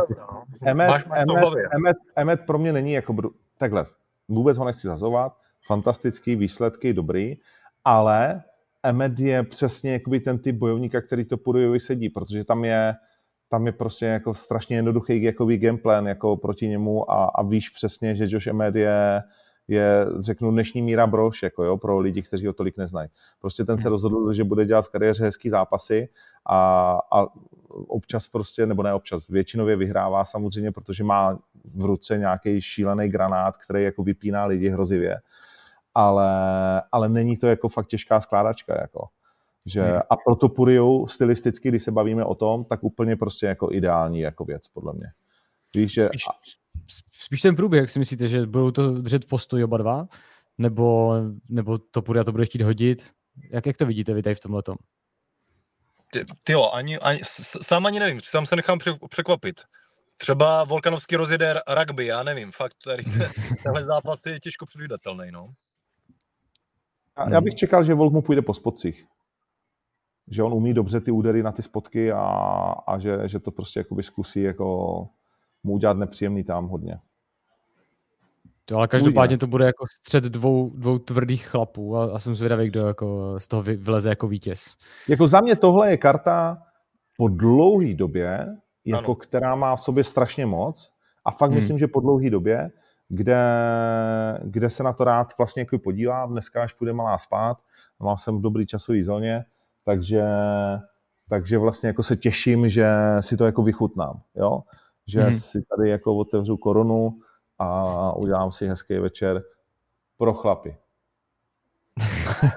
Emmet pro mě není jako, takhle, vůbec ho nechci zazovat, fantastický, výsledky, dobrý, ale Emmet je přesně jakoby ten typ bojovníka, který to Puriovi sedí, protože tam je tam je prostě jako strašně jednoduchý jakoby gameplan jako proti němu a, a víš přesně, že Josh Emmett je, je, řeknu, dnešní Míra Brož, jako jo, pro lidi, kteří ho tolik neznají. Prostě ten se rozhodl, že bude dělat v kariéře hezký zápasy a, a občas prostě, nebo ne občas, většinově vyhrává samozřejmě, protože má v ruce nějaký šílený granát, který jako vypíná lidi hrozivě. Ale, ale není to jako fakt těžká skládačka, jako. Že, hmm. A pro Topuriu stylisticky, když se bavíme o tom, tak úplně prostě jako ideální jako věc, podle mě. Víš, že... Spíš, spíš ten průběh, jak si myslíte, že budou to držet v postoji oba dva? Nebo, nebo Topuria to bude chtít hodit? Jak, jak to vidíte vy tady v tomhletom? Ty, ty jo, ani, ani, sám ani nevím, sám se nechám překvapit. Třeba Volkanovský rozjede rugby, já nevím, fakt tady tenhle zápas je těžko předvídatelný, no. Já bych čekal, že Volk mu půjde po spodcích. Že on umí dobře ty údery na ty spotky a, a že, že to prostě jakoby zkusí jako mu udělat nepříjemný tam hodně. To, ale každopádně to bude jako střed dvou, dvou tvrdých chlapů a, a jsem zvědavý, kdo jako z toho vyleze jako vítěz. Jako za mě tohle je karta po dlouhé době, jako která má v sobě strašně moc a fakt hmm. myslím, že po dlouhé době, kde, kde se na to rád vlastně jako podívám. Dneska, až půjde malá spát, mám jsem v dobrý časový zóně, takže, takže vlastně jako se těším, že si to jako vychutnám, jo? Že hmm. si tady jako otevřu korunu a udělám si hezký večer pro chlapy.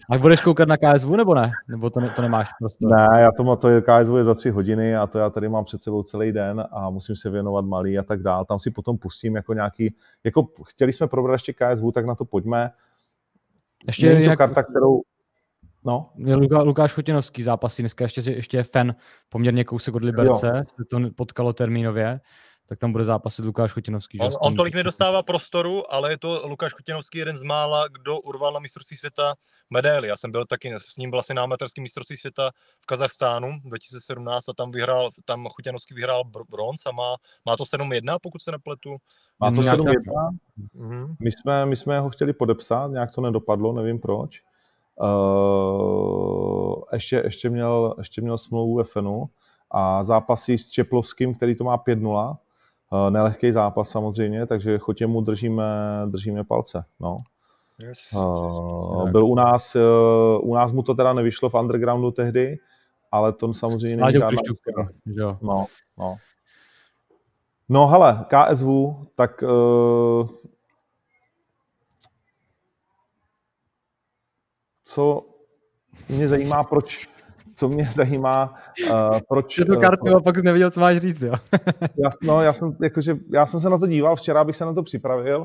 A budeš koukat na K S V nebo ne? Nebo to, ne, to nemáš prostě? Ne, já to, to je, K S V je za tři hodiny a to já tady mám před sebou celý den a musím se věnovat malý a tak dál. Tam si potom pustím jako nějaký, jako chtěli jsme probrat ještě K S V, tak na to pojďme. Ještě Není to jinak, karta, kterou... No. Luka, Lukáš Chotinovský zápasí, dneska ještě, ještě je fan poměrně kousek od Liberce, se to potkalo termínově, tak tam bude zápasit Lukáš Chotinovský. On, on tolik nedostává prostoru, ale je to Lukáš Chotinovský jeden z mála, kdo urval na mistrovství světa medaily. Já jsem byl taky s ním vlastně na amatérském mistrovství světa v Kazachstánu dva tisíce sedmnáct a tam vyhrál, tam Chotinovský vyhrál bronz a má, má to sedm jedna, pokud se nepletu. Má to sedm jedna. Mhm. My jsme, my jsme ho chtěli podepsat, nějak to nedopadlo, nevím proč. Uh, ještě, ještě, měl, ještě měl smlouvu ve Fenu a zápasí s Čeplovským, který to má pět nula. Uh, nelehký zápas samozřejmě, takže Chotě mu držíme, držíme palce. No. Yes. Uh, byl u nás, uh, u nás mu to teda nevyšlo v undergroundu tehdy, ale to samozřejmě není žádná... No, no. No hele, K S V, tak... Uh, co mě zajímá, proč, co mě zajímá, uh, proč... Je to kartu a pak jsi nevěděl, co máš říct, jo? já, no, já jsem, jakože, já jsem se na to díval, včera bych se na to připravil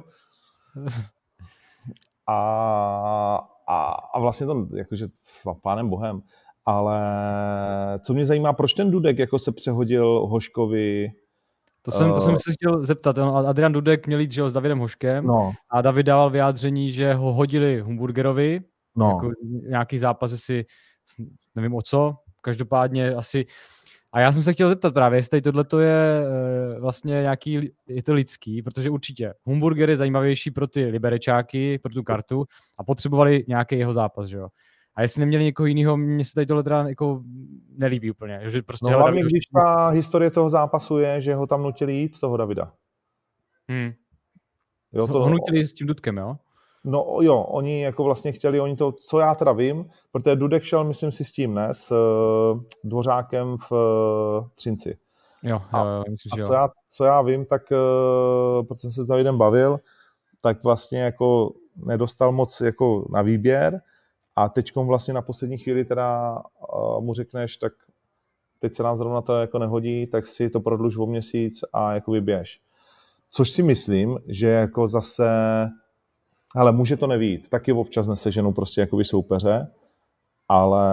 a, a, a vlastně to, jakože s pánem bohem, ale co mě zajímá, proč ten Dudek jako se přehodil Hoškovi. To jsem, to jsem se chtěl zeptat. Adrian Dudek měl jít, že jo, s Davidem Hoškem no. a David dával vyjádření, že ho hodili Humburgerovi, no. jako nějaký zápas, jestli nevím o co, každopádně asi. A já jsem se chtěl zeptat právě, jestli tohleto je vlastně nějaký, je to lidský, protože určitě Humburger je zajímavější pro ty liberečáky, pro tu kartu a potřebovali nějaký jeho zápas, že jo. A jestli neměli někoho jiného, mně se tady tohle teda jako nelíbí úplně. Že prostě no hlavně, když ta historie toho zápasu je, že ho tam nutili jít z toho Davida. Hmm. Jo, to... Ho nutili s tím Dudkem, jo? No jo, oni jako vlastně chtěli, oni to, co já teda vím, protože Dudek šel, myslím si, s tím, ne, s uh, Dvořákem v uh, Třinci. Jo, a, jo, myslím, a že co, jo. já, co já vím, tak uh, protože jsem se s Davidem bavil, tak vlastně jako nedostal moc jako na výběr a teďkom vlastně na poslední chvíli teda uh, mu řekneš, tak teď se nám zrovna to jako nehodí, tak si to prodluž o měsíc a jako vyběž. Což si myslím, že jako zase hele, může to nevít, taky občas neseženou prostě jakoby soupeře, ale,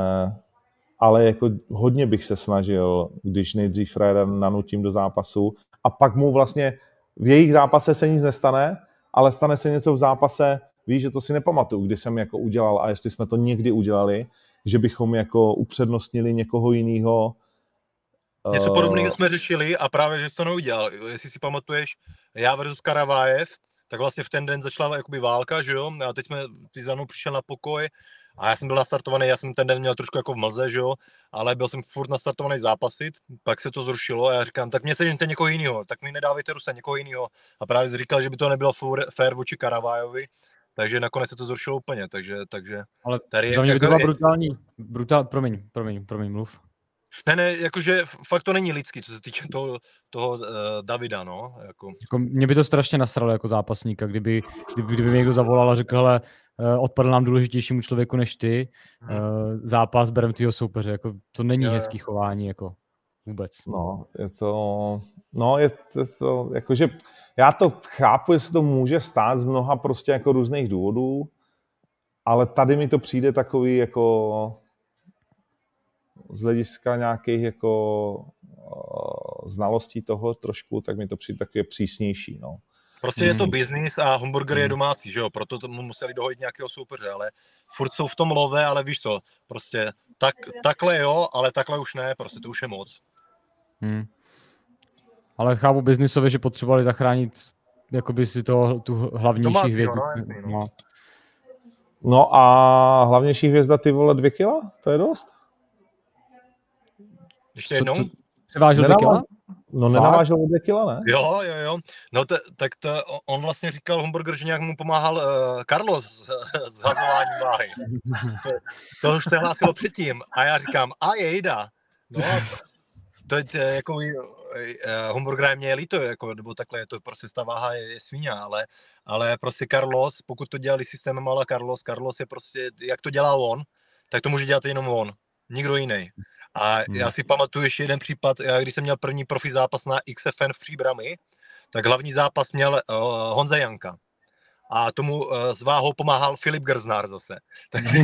ale jako hodně bych se snažil, když nejdřív Frérera nanutím do zápasu a pak mu vlastně v jejich zápase se nic nestane, ale stane se něco v zápase, víš, že to si nepamatuju, kdy jsem jako udělal a jestli jsme to někdy udělali, že bychom jako upřednostnili někoho jiného. Něco uh... podobného jsme řešili a právě, že jsi to neudělal. Jestli si pamatuješ, já versus Karavajev, tak vlastně v ten den začala jakoby válka, že jo, a teď jsme, ty za mnou přišel na pokoj a já jsem byl nastartovaný, já jsem ten den měl trošku jako v mlze, že jo, ale byl jsem furt nastartovaný zápasit, pak se to zrušilo a já říkám, tak mě sežente někoho jiného, tak mi nedávejte Rusa, někoho jiného a právě jsi říkal, že by to nebylo fér vůči Karavajovi, takže nakonec se to zrušilo úplně, takže, takže... Ale tady za mě by to jako, byla brutální, brutál, promiň, promiň, promiň, mluv. Ne, ne, jakože fakt to není lidský, co se týče toho, toho uh, Davida, no. Jako. Jako, mě by to strašně nasralo jako zápasníka, kdyby, kdyby, kdyby mě někdo zavolal a řekl, hele, uh, odpadl nám důležitějšímu člověku než ty, uh, zápas, berem tvýho soupeře, jako to není jo, hezký chování, jako vůbec. No, je to, no, je to, je to jakože, já to chápu, jestli to může stát z mnoha prostě jako různých důvodů, ale tady mi to přijde takový jako z hlediska nějakých jako uh, znalostí toho trošku, tak mi to přijde takový přísnější, no. Prostě je to biznis a Humburger je domácí, že jo, proto tomu museli dohodit nějakého soupeře, ale furt jsou v tom love, ale víš co, prostě tak, takhle jo, ale takhle už ne, prostě to už je moc. Hmm. Ale chápu biznisově, že potřebovali zachránit jakoby si to, tu hlavnější hvězdu. No, no. No. no a hlavnější hvězda, ty vole, dvě kila? To je dost? Ještě jednou? Co, co, převážel dvě kila? No nenavážel o dvě kila, ne? Jo, jo, jo. No te, tak to, on vlastně říkal Humburger, že nějak mu pomáhal uh, Carlos s hazováním váhy. To, to už se hlásilo předtím. A já říkám, a jejda. No, to je, to je jako uh, Humburgera je mě líto, jako, nebo takhle, je to prostě ta váha je, je svíňa, ale, ale prostě Carlos, pokud to dělali systémem ale Carlos, Carlos je prostě, jak to dělá on, tak to může dělat jenom on, nikdo jiný. A hmm. já si pamatuju ještě jeden případ, já, když jsem měl první profi zápas na X F N v Příbrami, tak hlavní zápas měl uh, Honza Janka. A tomu uh, s váhou pomáhal Filip Grznár zase. Takže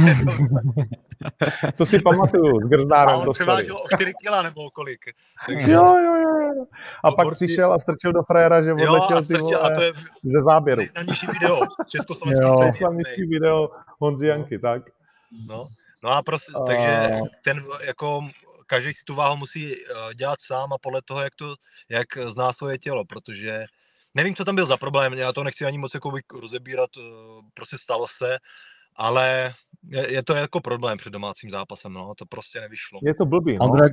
to si pamatuju, s Grznárem. A on převážil o čtyři kila nebo kolik. Takže... Jo, jo, jo. A no, pak borci... přišel a strčil do frajera, že odletěl ty vole a to je ze záběru. Nejslavnější video, československý nejslavnější video Honzy Janky, tak. No, no a prostě, a... takže ten jako každý si tu váhu musí dělat sám a podle toho, jak to, jak zná svoje tělo, protože nevím, co tam byl za problém, já to nechci ani moc jako rozebírat, prostě stalo se, ale je, je to jako problém před domácím zápasem, no, to prostě nevyšlo. Je to blbý, no. André,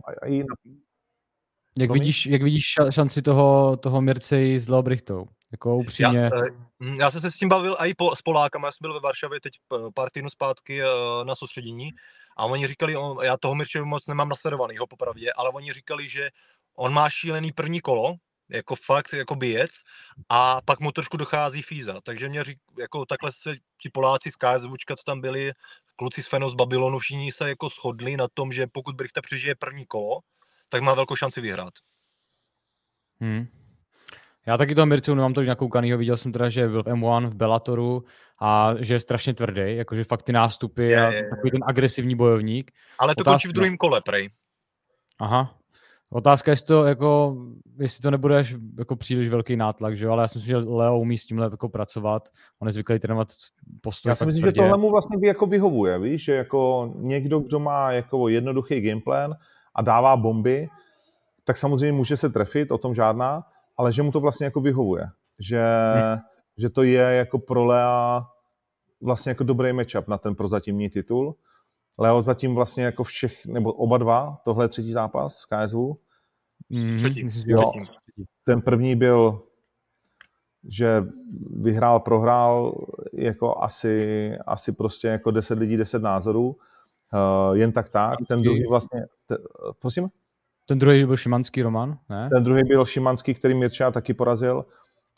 jak, vidíš, jak vidíš šanci toho, toho Mircej s Leobrichtou? Jako upřímně. Já, já jsem se s tím bavil i po, s Polákama, já jsem byl ve Varšavě teď pár týdnů zpátky na soustředění a oni říkali, já toho Mirče moc nemám nasledovanýho popravdě, ale oni říkali, že on má šílený první kolo, jako fakt, jako bijec, a pak mu trošku dochází fíza, takže mě řík, jako takhle se ti Poláci z KSVčka, co tam byli, kluci z Feno z Babylonu, všichni se jako shodli na tom, že pokud Brichta přežije první kolo, tak má velkou šanci vyhrát. Hmm. Já taky toho Mircu nemám tolik nakoukanýho, viděl jsem teda, že byl v M jedna, v Bellatoru a že je strašně tvrdý, jakože fakt ty nástupy je, a je, takový ten agresivní bojovník. Ale to Otázka... končí v druhém kole, prej. Aha. Otázka je, jestli to, jako, jestli to nebude až jako příliš velký nátlak, že jo? Ale já si myslím, že Leo umí s tímhle jako pracovat. On je zvyklý trénovat postupně. Já si myslím, tvrdě. Že tohle mu vlastně jako vyhovuje, víš, že jako někdo, kdo má jako jednoduchý gameplan a dává bomby, tak samozřejmě může se trefit, o tom žádná, ale že mu to vlastně jako vyhovuje. Že, hmm. že to je jako pro Lea vlastně jako dobrý matchup na ten prozatímní titul. Leo zatím vlastně jako všech, nebo oba dva, tohle je třetí zápas z K S V. Mm, třetí. Jo, ten první byl, že vyhrál, prohrál jako asi, asi prostě jako deset lidí, deset názorů. Uh, jen tak tak. Ten druhý vlastně, te, prosím? Ten druhý byl Šimanský, Roman, ne? Ten druhý byl Šimanský, který Mirča taky porazil.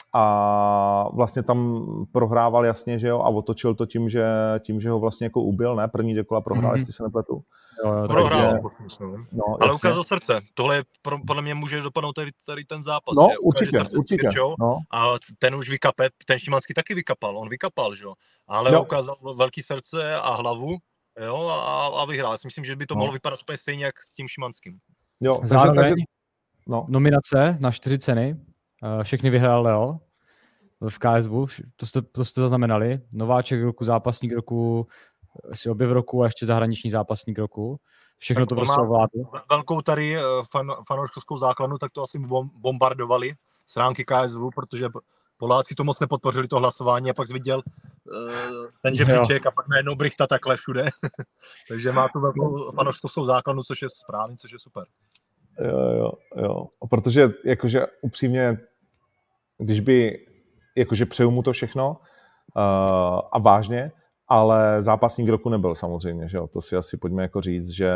A vlastně tam prohrával jasně, že jo, a otočil to tím, že, tím, že ho vlastně jako ubil, ne? První dokola prohrál, mm-hmm. jestli se nepletu. Jo, jo, prohrál, no, ale ukázal srdce. Tohle je, podle mě může dopadnout tady, tady ten zápas. No, že? určitě, určitě. Svědčou, no. A ten už vykape, ten Šimanský taky vykapal, on vykapal, že jo. Ale jo. ukázal velký srdce a hlavu, jo, a, a vyhrál. Já si myslím, že by to no. mohlo vypadat úplně stejně jak s tím Šimanským. Jo, zároveň takže, no. nominace na čtyři ceny, všechny vyhrál Leo v K S V, to jste, to jste zaznamenali. Nováček roku, zápasník roku, si objev roku a ještě zahraniční zápasník roku. Všechno tak to prostě ovládlo. Velkou tady fan, fanouškovskou základnu, tak to asi bombardovali stránky K S V, protože Poláci to moc nepodpořili, to hlasování, a pak jsi viděl uh, ten žebříček a pak najednou Brichta takhle všude. Takže má tu velkou fanouškovskou základnu, což je správný, což je super. Jo, jo, jo. Protože jakože upřímně, když by jakože přeju mu to všechno uh, a vážně, ale zápasník roku nebyl samozřejmě, že jo? To si asi pojďme jako říct, že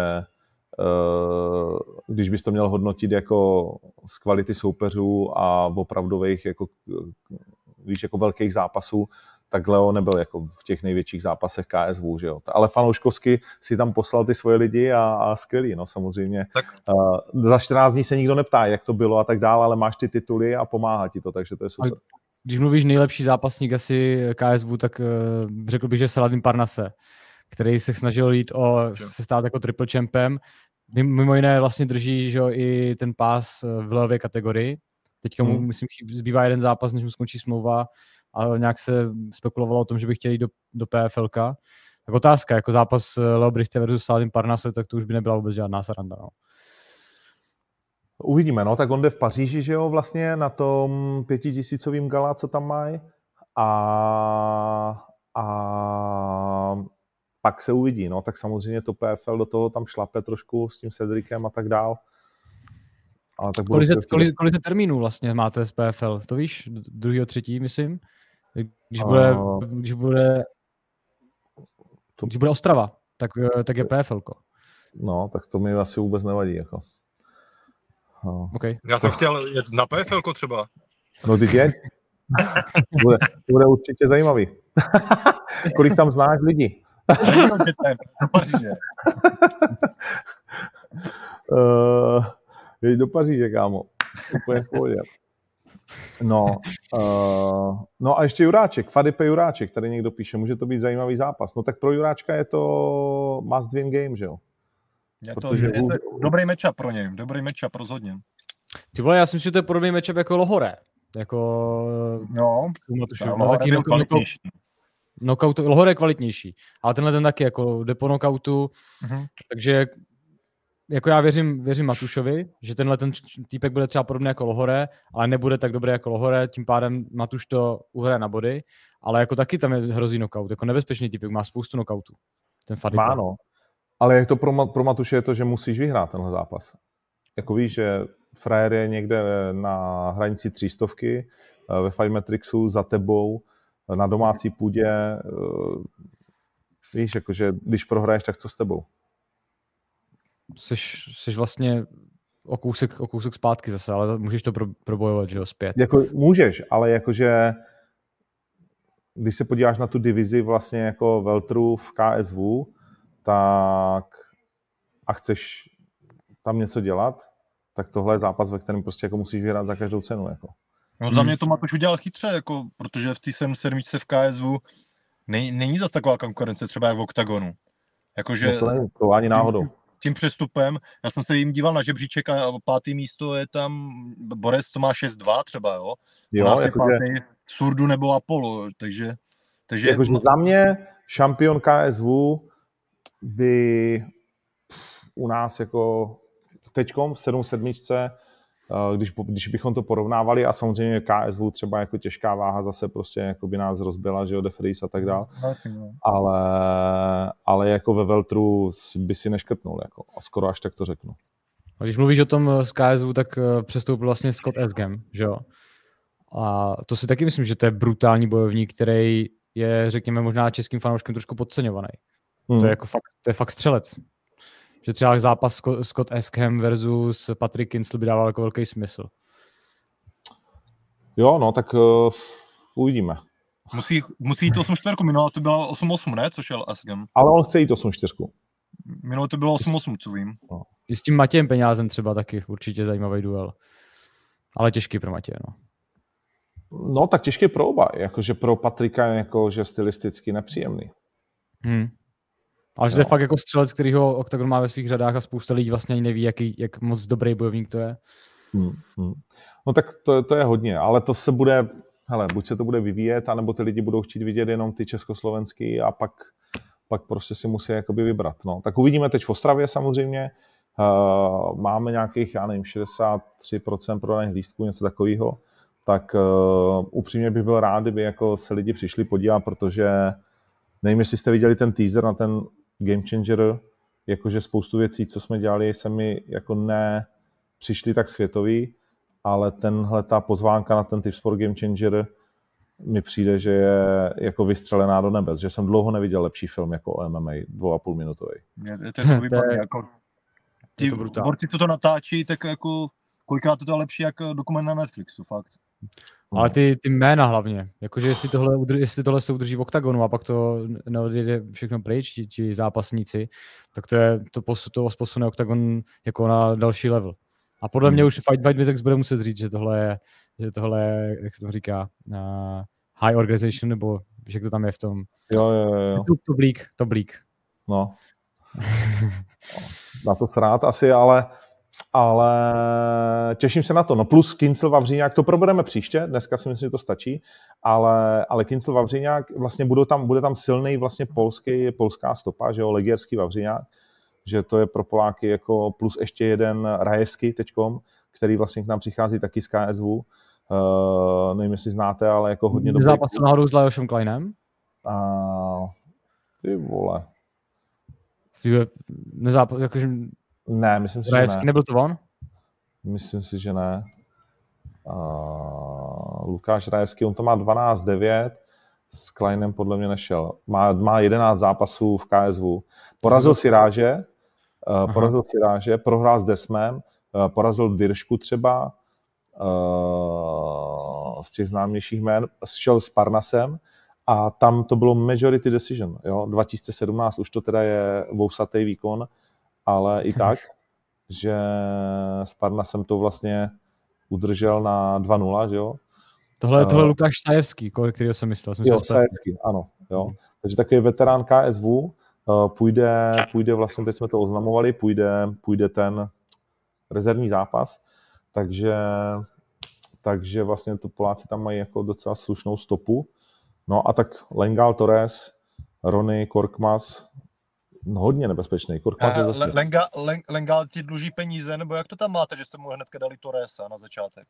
uh, když bys to měl hodnotit jako z kvality soupeřů a opravdových jako, víš, jako velkých zápasů, tak Leo nebyl jako v těch největších zápasech K S V, že jo? Ale fanouškovsky si tam poslal ty svoje lidi a, a skvělý, no samozřejmě. Tak. Uh, za čtrnáct dní se nikdo neptá, jak to bylo a tak dále, ale máš ty tituly a pomáhá ti to, takže to je super. Když mluvíš nejlepší zápasník asi K S V, tak uh, řekl bych, že Saladin Parnase, který se snažil jít o, se stát jako triple champem. Mimo jiné vlastně drží, že jo, i ten pás v Leově kategorii. Teďka mu, hmm. myslím, zbývá jeden zápas, než mu skončí smlouva a nějak se spekulovalo o tom, že by chtěli jít do, do P F L ka. Tak otázka, jako zápas Leo Brichte versus Saladin Parnase, tak to už by nebyla vůbec žádná sranda, no. Uvidíme, no, tak on jde v Paříži, že jo, vlastně na tom pětitisícovým gala, co tam mají, a, a pak se uvidí, no, tak samozřejmě to P F L do toho tam šlape trošku s tím Cedricem a tak dál. Ale tak kolik, se, kolik, kolik se termínů vlastně máte z P F L, to víš, druhýho, třetí, myslím, když bude, uh, když bude, to... když bude Ostrava, tak, tak je P F L ko. No, tak to mi asi vůbec nevadí, jako. No. Okay. Já jsem to... chtěl jet na P F L třeba. No ty jeď. bude, bude určitě zajímavý. Kolik tam znáš lidí? Do Paříže. uh, jeď do Paříže, kámo. Úplně v pohodě. No, uh, no a ještě Juráček, Fadipe Juráček, tady někdo píše, může to být zajímavý zápas. No tak pro Juráčka je to must win game, že jo? Je to, je to dobrý matchup pro něj, dobrý matchup rozhodně. Ty vole, já si myslím, že to je podobný matchup jako Lohore. Jako... No, no, no taky kvalitnější. Knockout, Lohore je kvalitnější, ale tenhle ten taky jako jde po knockoutu, uh-huh. takže jako já věřím, věřím Matušovi, že tenhle ten týpek bude třeba podobný jako Lohore, ale nebude tak dobrý jako Lohore, tím pádem Matuš to uhraje na body, ale jako taky tam je hrozí knockout, jako nebezpečný týpek, má spoustu knockoutů. Ten Fadipe. Má no, ale jak to pro, pro Matuše je to, že musíš vyhrát tenhle zápas. Jako víš, že frajer je někde na hranici třístovky ve Fight Matrixu za tebou, na domácí půdě, víš, jakože když prohraješ, tak co s tebou? Seš, seš vlastně o kousek, o kousek zpátky zase, ale můžeš to pro, probojovat, že jo, zpět. Jako můžeš, ale jakože když se podíváš na tu divizi vlastně jako welteru v K S V, tak a chceš tam něco dělat, tak tohle je zápas, ve kterém prostě jako musíš vyhrát za každou cenu. Jako. No hmm. Za mě to Matuš udělal chytře, jako, protože v té sedmičce v K S V nej, není zase taková konkurence třeba jak v Oktagonu. Jakože no to není, to ani náhodou. Tím, tím přestupem, já jsem se jim díval na žebříček a pátý místo je tam Borec, co má šest dva třeba, jo? Jo, jako pátý že... Surdu nebo Apollo, takže... takže jakože za mě šampion K S V by u nás jako teďkom v sedm sedmičce, když, když bychom to porovnávali a samozřejmě K S V třeba jako těžká váha zase prostě jako by nás rozbila, že jo, Defries a tak dál, ale, ale jako ve welteru by si neškrtnul jako a skoro až tak to řeknu. A když mluvíš o tom z K S V, tak přestoupil vlastně Scott Esgem, že jo? A to si taky myslím, že to je brutální bojovník, který je, řekněme, možná českým fanouškem trošku podceňovaný. Hmm. To je jako fakt, to je fakt střelec. Že třeba zápas Scott Eskham versus Patrick Kinsel by dával jako velký smysl. Jo, no, tak uh, uvidíme. Musí, musí jít osm čtyři, minule to bylo osm osm, ne, co šel Eskham. Ale on chce jít osm čtyři. Minule to bylo osm osm, co vím. No. I s tím Matějem Peňázem třeba taky určitě zajímavý duel. Ale těžký pro Matěje, no. No, tak těžký pro oba. Jakože pro Patrika je jakože stylisticky nepříjemný. Hmm. Ale že to je fakt jako střelec, který ho Octagon má ve svých řadách a spousta lidí vlastně ani neví, jaký, jak moc dobrý bojovník to je. Hmm, hmm. No tak to, to je hodně, ale to se bude, hele, buď se to bude vyvíjet, anebo ty lidi budou chtít vidět jenom ty československý a pak, pak prostě si musí jakoby vybrat. No. Tak uvidíme teď v Ostravě samozřejmě. Uh, máme nějakých, já nevím, šedesát tři procent prodaných lístků, něco takového. Tak uh, upřímně bych byl rád, kdyby jako se lidi přišli podívat, protože nevím, jestli jste viděli ten teaser na ten Game Changer, jakože spoustu věcí, co jsme dělali, se mi jako ne přišly tak světový, ale tenhle ta pozvánka na ten Tipsport Game Changer mi přijde, že je jako vystřelená do nebes, že jsem dlouho neviděl lepší film jako o M M A, dvou a půl minutový. Je, je to výborné, jako ti borci, co to natáčí, tak jako kolikrát to je lepší jak dokument na Netflixu, fakt. Ale ty, ty jména hlavně, jakože jestli tohle, jestli tohle se udrží v Oktagonu a pak to neodjede všechno pryč, ti, ti zápasníci, tak to je to, posu, to posune Oktagon jako na další level. A podle hmm. mě už Fight Fight Mitex bude muset říct, že tohle je, že tohle je, jak se to říká, uh, high organization, nebo že to tam je v tom. Jo, jo, jo. To, to blík, to blík. No. Na to srát asi, ale ale těším se na to. No plus Kincel Vavříňák, to probereme příště, dneska si myslím, že to stačí, ale, ale Kincel Vavříňák, vlastně bude tam, bude tam silný vlastně polský, polská stopa, že jo, Legierský Vavříňák, že to je pro Poláky jako plus ještě jeden Rajevský teďkom, který vlastně k nám přichází taky z K S V. Uh, nevím, jestli znáte, ale jako hodně dobrý. Zápas náhodou s Lajošem Kleinem? Uh, ty vole. Nezápas, jakože... Ne, myslím si, Rajevský, že ne. Nebyl to on? Myslím si, že ne. Uh, Lukáš Rajevský, on to má dvanáct devět, s Kleinem podle mě nešel. Má, má jedenáct zápasů v K S V. Porazil Siráže, uh, porazil Siráže, prohrál s Desmem, porazil Diršku třeba, z těch známějších jmén, šel s Parnasem a tam to bylo majority decision. Jo? dva tisíce sedmnáct už to teda je vousatý výkon, ale i tak, že s Parnasem to vlastně udržel na dva nula, že jo? Tohle, tohle je Lukáš Sajevský, kterýho jsem myslel. Jsem jo, Sajevský, ano. Jo. Hmm. Takže takový veterán K S V uh, půjde, půjde vlastně, teď jsme to oznamovali, půjde, půjde ten rezervní zápas, takže, takže vlastně to Poláci tam mají jako docela slušnou stopu. No a tak Lengal, Torres, Rony, Korkmaz, no, hodně nebezpečný. Korkmaz je zase... Lenga, Len, Lengal ti dluží peníze, nebo jak to tam máte, že jste mu hnedka dali Torresa na začátek?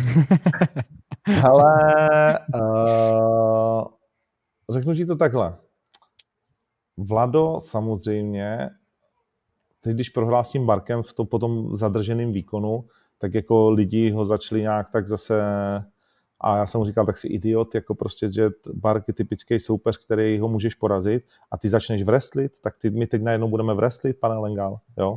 Hele, uh, řeknu ti to takhle. Vlado samozřejmě, teď když prohrál s tím Barkem v to potom zadrženém výkonu, tak jako lidi ho začali nějak tak zase, a já jsem mu říkal, tak si idiot, jako prostě, že Bark je typický soupeř, který ho můžeš porazit a ty začneš wrestlit, tak ty, my teď najednou budeme wrestlit, pane Lengal, jo.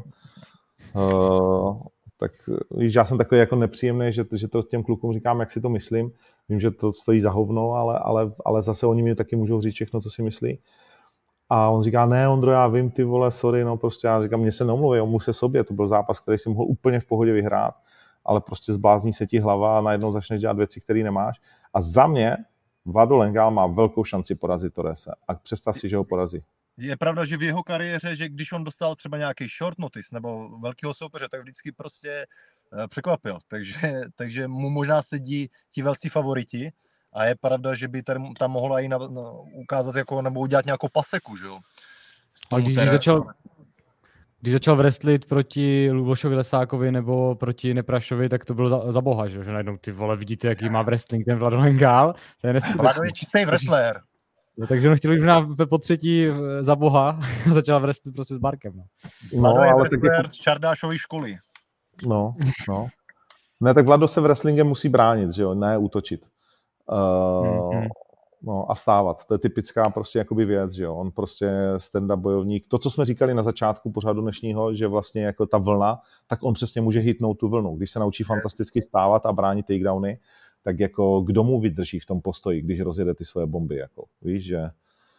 Uh, tak víš, já jsem takový jako nepříjemný, že, že to těm klukům říkám, jak si to myslím. Vím, že to stojí za hovno, ale, ale, ale zase oni mi taky můžou říct všechno, co si myslí. A on říká, ne, Ondro, já vím, ty vole, sorry, no prostě já říkám, mě se neomluví, omluv se sobě, to byl zápas, který si mohl úplně v pohodě vyhrát, ale prostě zblázní se ti hlava a najednou začneš dělat věci, které nemáš. A za mě Vlado Lengal má velkou šanci porazit Torrese a představ si, že ho porazí. Je pravda, že v jeho kariéře, že když on dostal třeba nějaký short notice nebo velkého soupeře, tak vždycky prostě překvapil. Takže, takže mu možná sedí ti velcí favoriti a je pravda, že by tam, tam mohla i na, no, ukázat jako, nebo udělat nějakou paseku, že jo. A když, když, začal, když začal wrestlit proti Lubošovi Lesákovi nebo proti Neprašovi, tak to bylo za, za boha, že, že najednou ty vole vidíte, jaký má wrestling ten Vlado Lengal. To je neskutečný. Vlado je čistý wrestler. No, takže on chtěl možná po třetí za boha a začal wrestlit prostě s Barkem. No, no ale tak je z Čardášovy školy. No, no. Ne, tak Vlado se v wrestlingem musí bránit, že jo, ne útočit. Uh, mm-hmm. No a stávat. To je typická prostě jakoby věc, že jo. On prostě stand-up bojovník. To, co jsme říkali na začátku pořadu dnešního, že vlastně jako ta vlna, tak on přesně může hitnout tu vlnu. Když se naučí fantasticky stávat a bránit takedowny, tak jako kdo mu vydrží v tom postoji, když rozjede ty svoje bomby, jako, víš, že...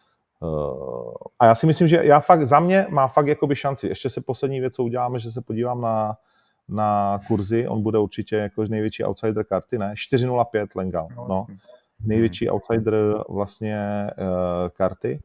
Uh, a já si myslím, že já fakt, za mě má fakt jakoby šanci. Ještě se poslední věc, co uděláme, že se podívám na, na kurzy, on bude určitě jako největší outsider karty, ne? čtyři nula pět Lengal, no. Největší outsider vlastně uh, karty.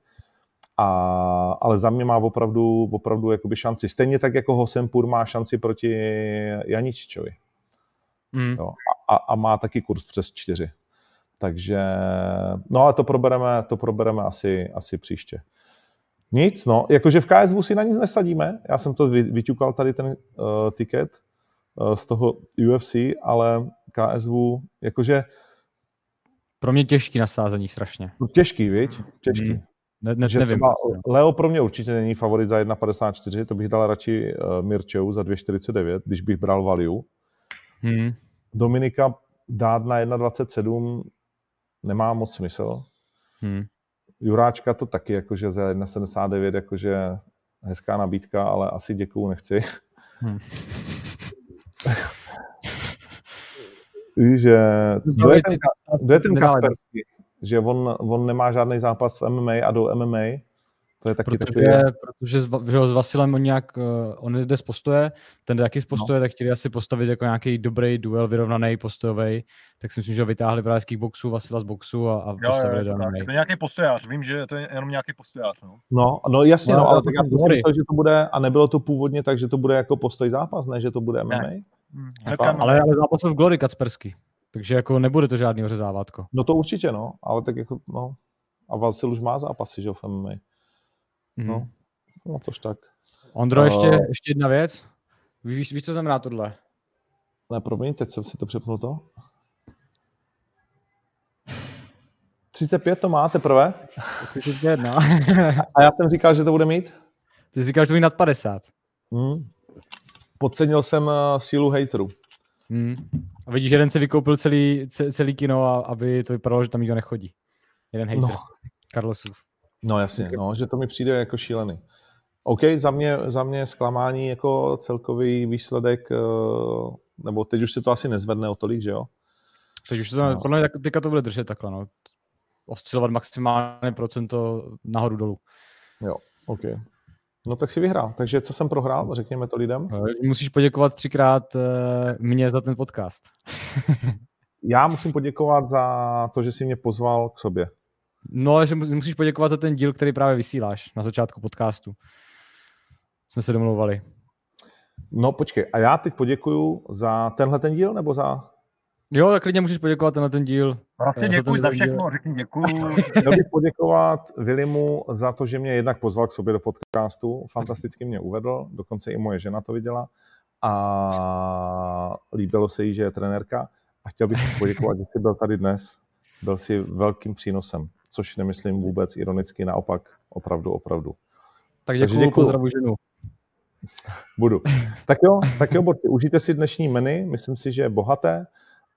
A, ale za mě má opravdu, opravdu jakoby šanci. Stejně tak jako Hosempur má šanci proti Janičičovi. Mm. Jo, a, a má taky kurz přes čtyři. Takže, no ale to probereme, to probereme asi, asi příště. Nic, no, jakože v K S V si na nic nesadíme. Já jsem to vyťukal tady ten uh, tiket uh, z toho U F C, ale K S V, jakože... Pro mě těžký nasázení strašně. Těžký, viď? Těžký. Mm. Ne, ne, že nevím. Leo pro mě určitě není favorit za jedna padesát čtyři, to bych dal radši uh, Mirčeu za dvě čtyřicet devět, když bych bral value. Hmm. Dominika dát na jedna dvacet sedm nemá moc smysl. Hmm. Juráčka to taky, jakože za jedna sedmdesát devět, jakože hezká nabídka, ale asi děkuju, nechci. Hmm. Víš, že... Kdo je ten, kdo je ten Kaspersky? Že on, on nemá žádný zápas v M M A a do M M A? To je taky protože, takový... protože s, že s Vasilem on nějak, on jde z postoje, ten jde taky z postoje, no. Tak chtěli asi postavit jako nějaký dobrý duel, vyrovnaný postojový, tak si myslím, že ho vytáhli právě z kickboxu, Vasila z boxu a, a jo, postavili jo, do M M A. Je to nějaký postojář, vím, že to je jenom nějaký postojář. No, no, no jasně, no, no ale tak já jsem si myslel, že to bude, a nebylo to původně tak, že to bude jako postoj zápas, ne, že to bude M M A? Ne. Hmm. Ale, ale zápas v Glory Kacpersky, takže jako nebude to žádný ořezávátko. No to určitě, no, ale tak jako, no, a Vasil už má zápasy, že v M M A. No, mm. no tož tak. Ondro, uh, ještě, ještě jedna věc. Víš, víš, co znamená tohle? Ne, promiň, teď jsem si to přepnul to. třicet pět to má teprve? třicet pět, no. A já jsem říkal, že to bude mít? Ty jsi říkal, že to bude nad padesát. Hmm. Podcenil jsem uh, sílu hejterů. Hmm. A vidíš, jeden se vykoupil celý, celý kino, a, aby to vypadalo, že tam nikdo nechodí. Jeden hejter. No. Carlosův. No jasně, no, že to mi přijde jako šílený. OK, za mě, za mě zklamání jako celkový výsledek, nebo teď už se to asi nezvedne o tolik, že jo? Teď už se to, no. Podle mě teďka to bude držet takhle, no. Oscilovat maximálně procento nahoru dolů. Jo, OK. No tak si vyhrál. Takže co jsem prohrál? Řekněme to lidem. Musíš poděkovat třikrát uh, mě za ten podcast. Já musím poděkovat za to, že jsi mě pozval k sobě. No, ale že musíš poděkovat za ten díl, který právě vysíláš na začátku podcastu. Jsme se domlouvali. No počkej, a já teď poděkuju za tenhle ten díl, nebo za... Jo, tak klidně můžeš poděkovat na ten díl. Prostě děkuji za všechno, řekni děkuji. Chtěl bych poděkovat Vilimu za to, že mě jednak pozval k sobě do podcastu. Fantasticky mě uvedl, dokonce i moje žena to viděla. A líbilo se jí, že je trenérka. A chtěl bych poděkovat, že jsi byl tady dnes. Byl jsi velkým přínosem, což nemyslím vůbec ironicky, naopak opravdu, opravdu. Tak děkuji, pozdravuji ženu. Budu. Tak jo, tak jo, borci, užijte si dnešní menu, myslím si, že je bohaté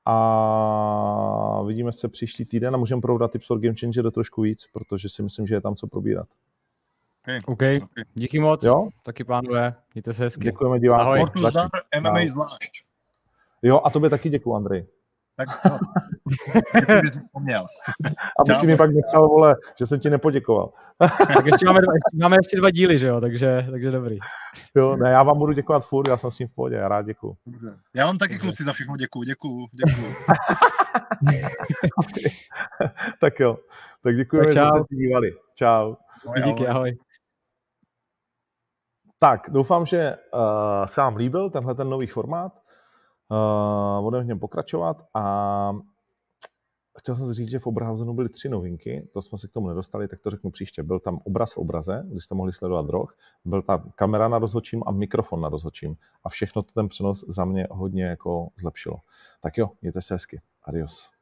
a vidíme se příští týden a můžeme probrat Tips for Game Changer trošku víc, protože si myslím, že je tam co probírat. OK, okay. Díky moc, jo? Taky pánové, mějte se hezky. Děkujeme divákům. Sportu zdar, M M A zvlášť. Jo, a tobě taky děkuju, Andrej. Tak no. Děkuji, že jsi vzpomněl. Aby si mi pak nepsal, vole, že jsem ti nepoděkoval. Tak ještě máme, dva, ještě máme ještě dva díly, že jo, takže, takže dobrý. Jo, ne, já vám budu děkovat furt, já jsem s ním v pohodě, já rád děkuju. Já vám taky, kluci, za všechno děkuju, děkuju, děkuju. Tak jo, tak děkujeme, že jste si dívali. Čau. Ahoj, díky, ahoj. Tak, doufám, že uh, se vám líbil tenhle ten nový formát. Uh, budeme v něm pokračovat a chtěl jsem říct, že v Oberhausenu byly tři novinky, to jsme se k tomu nedostali, tak to řeknu příště. Byl tam obraz v obraze, když jste mohli sledovat roh, byl tam kamera na rozhodčím a mikrofon na rozhodčím a všechno to ten přenos za mě hodně jako zlepšilo. Tak jo, mějte se hezky. Adios.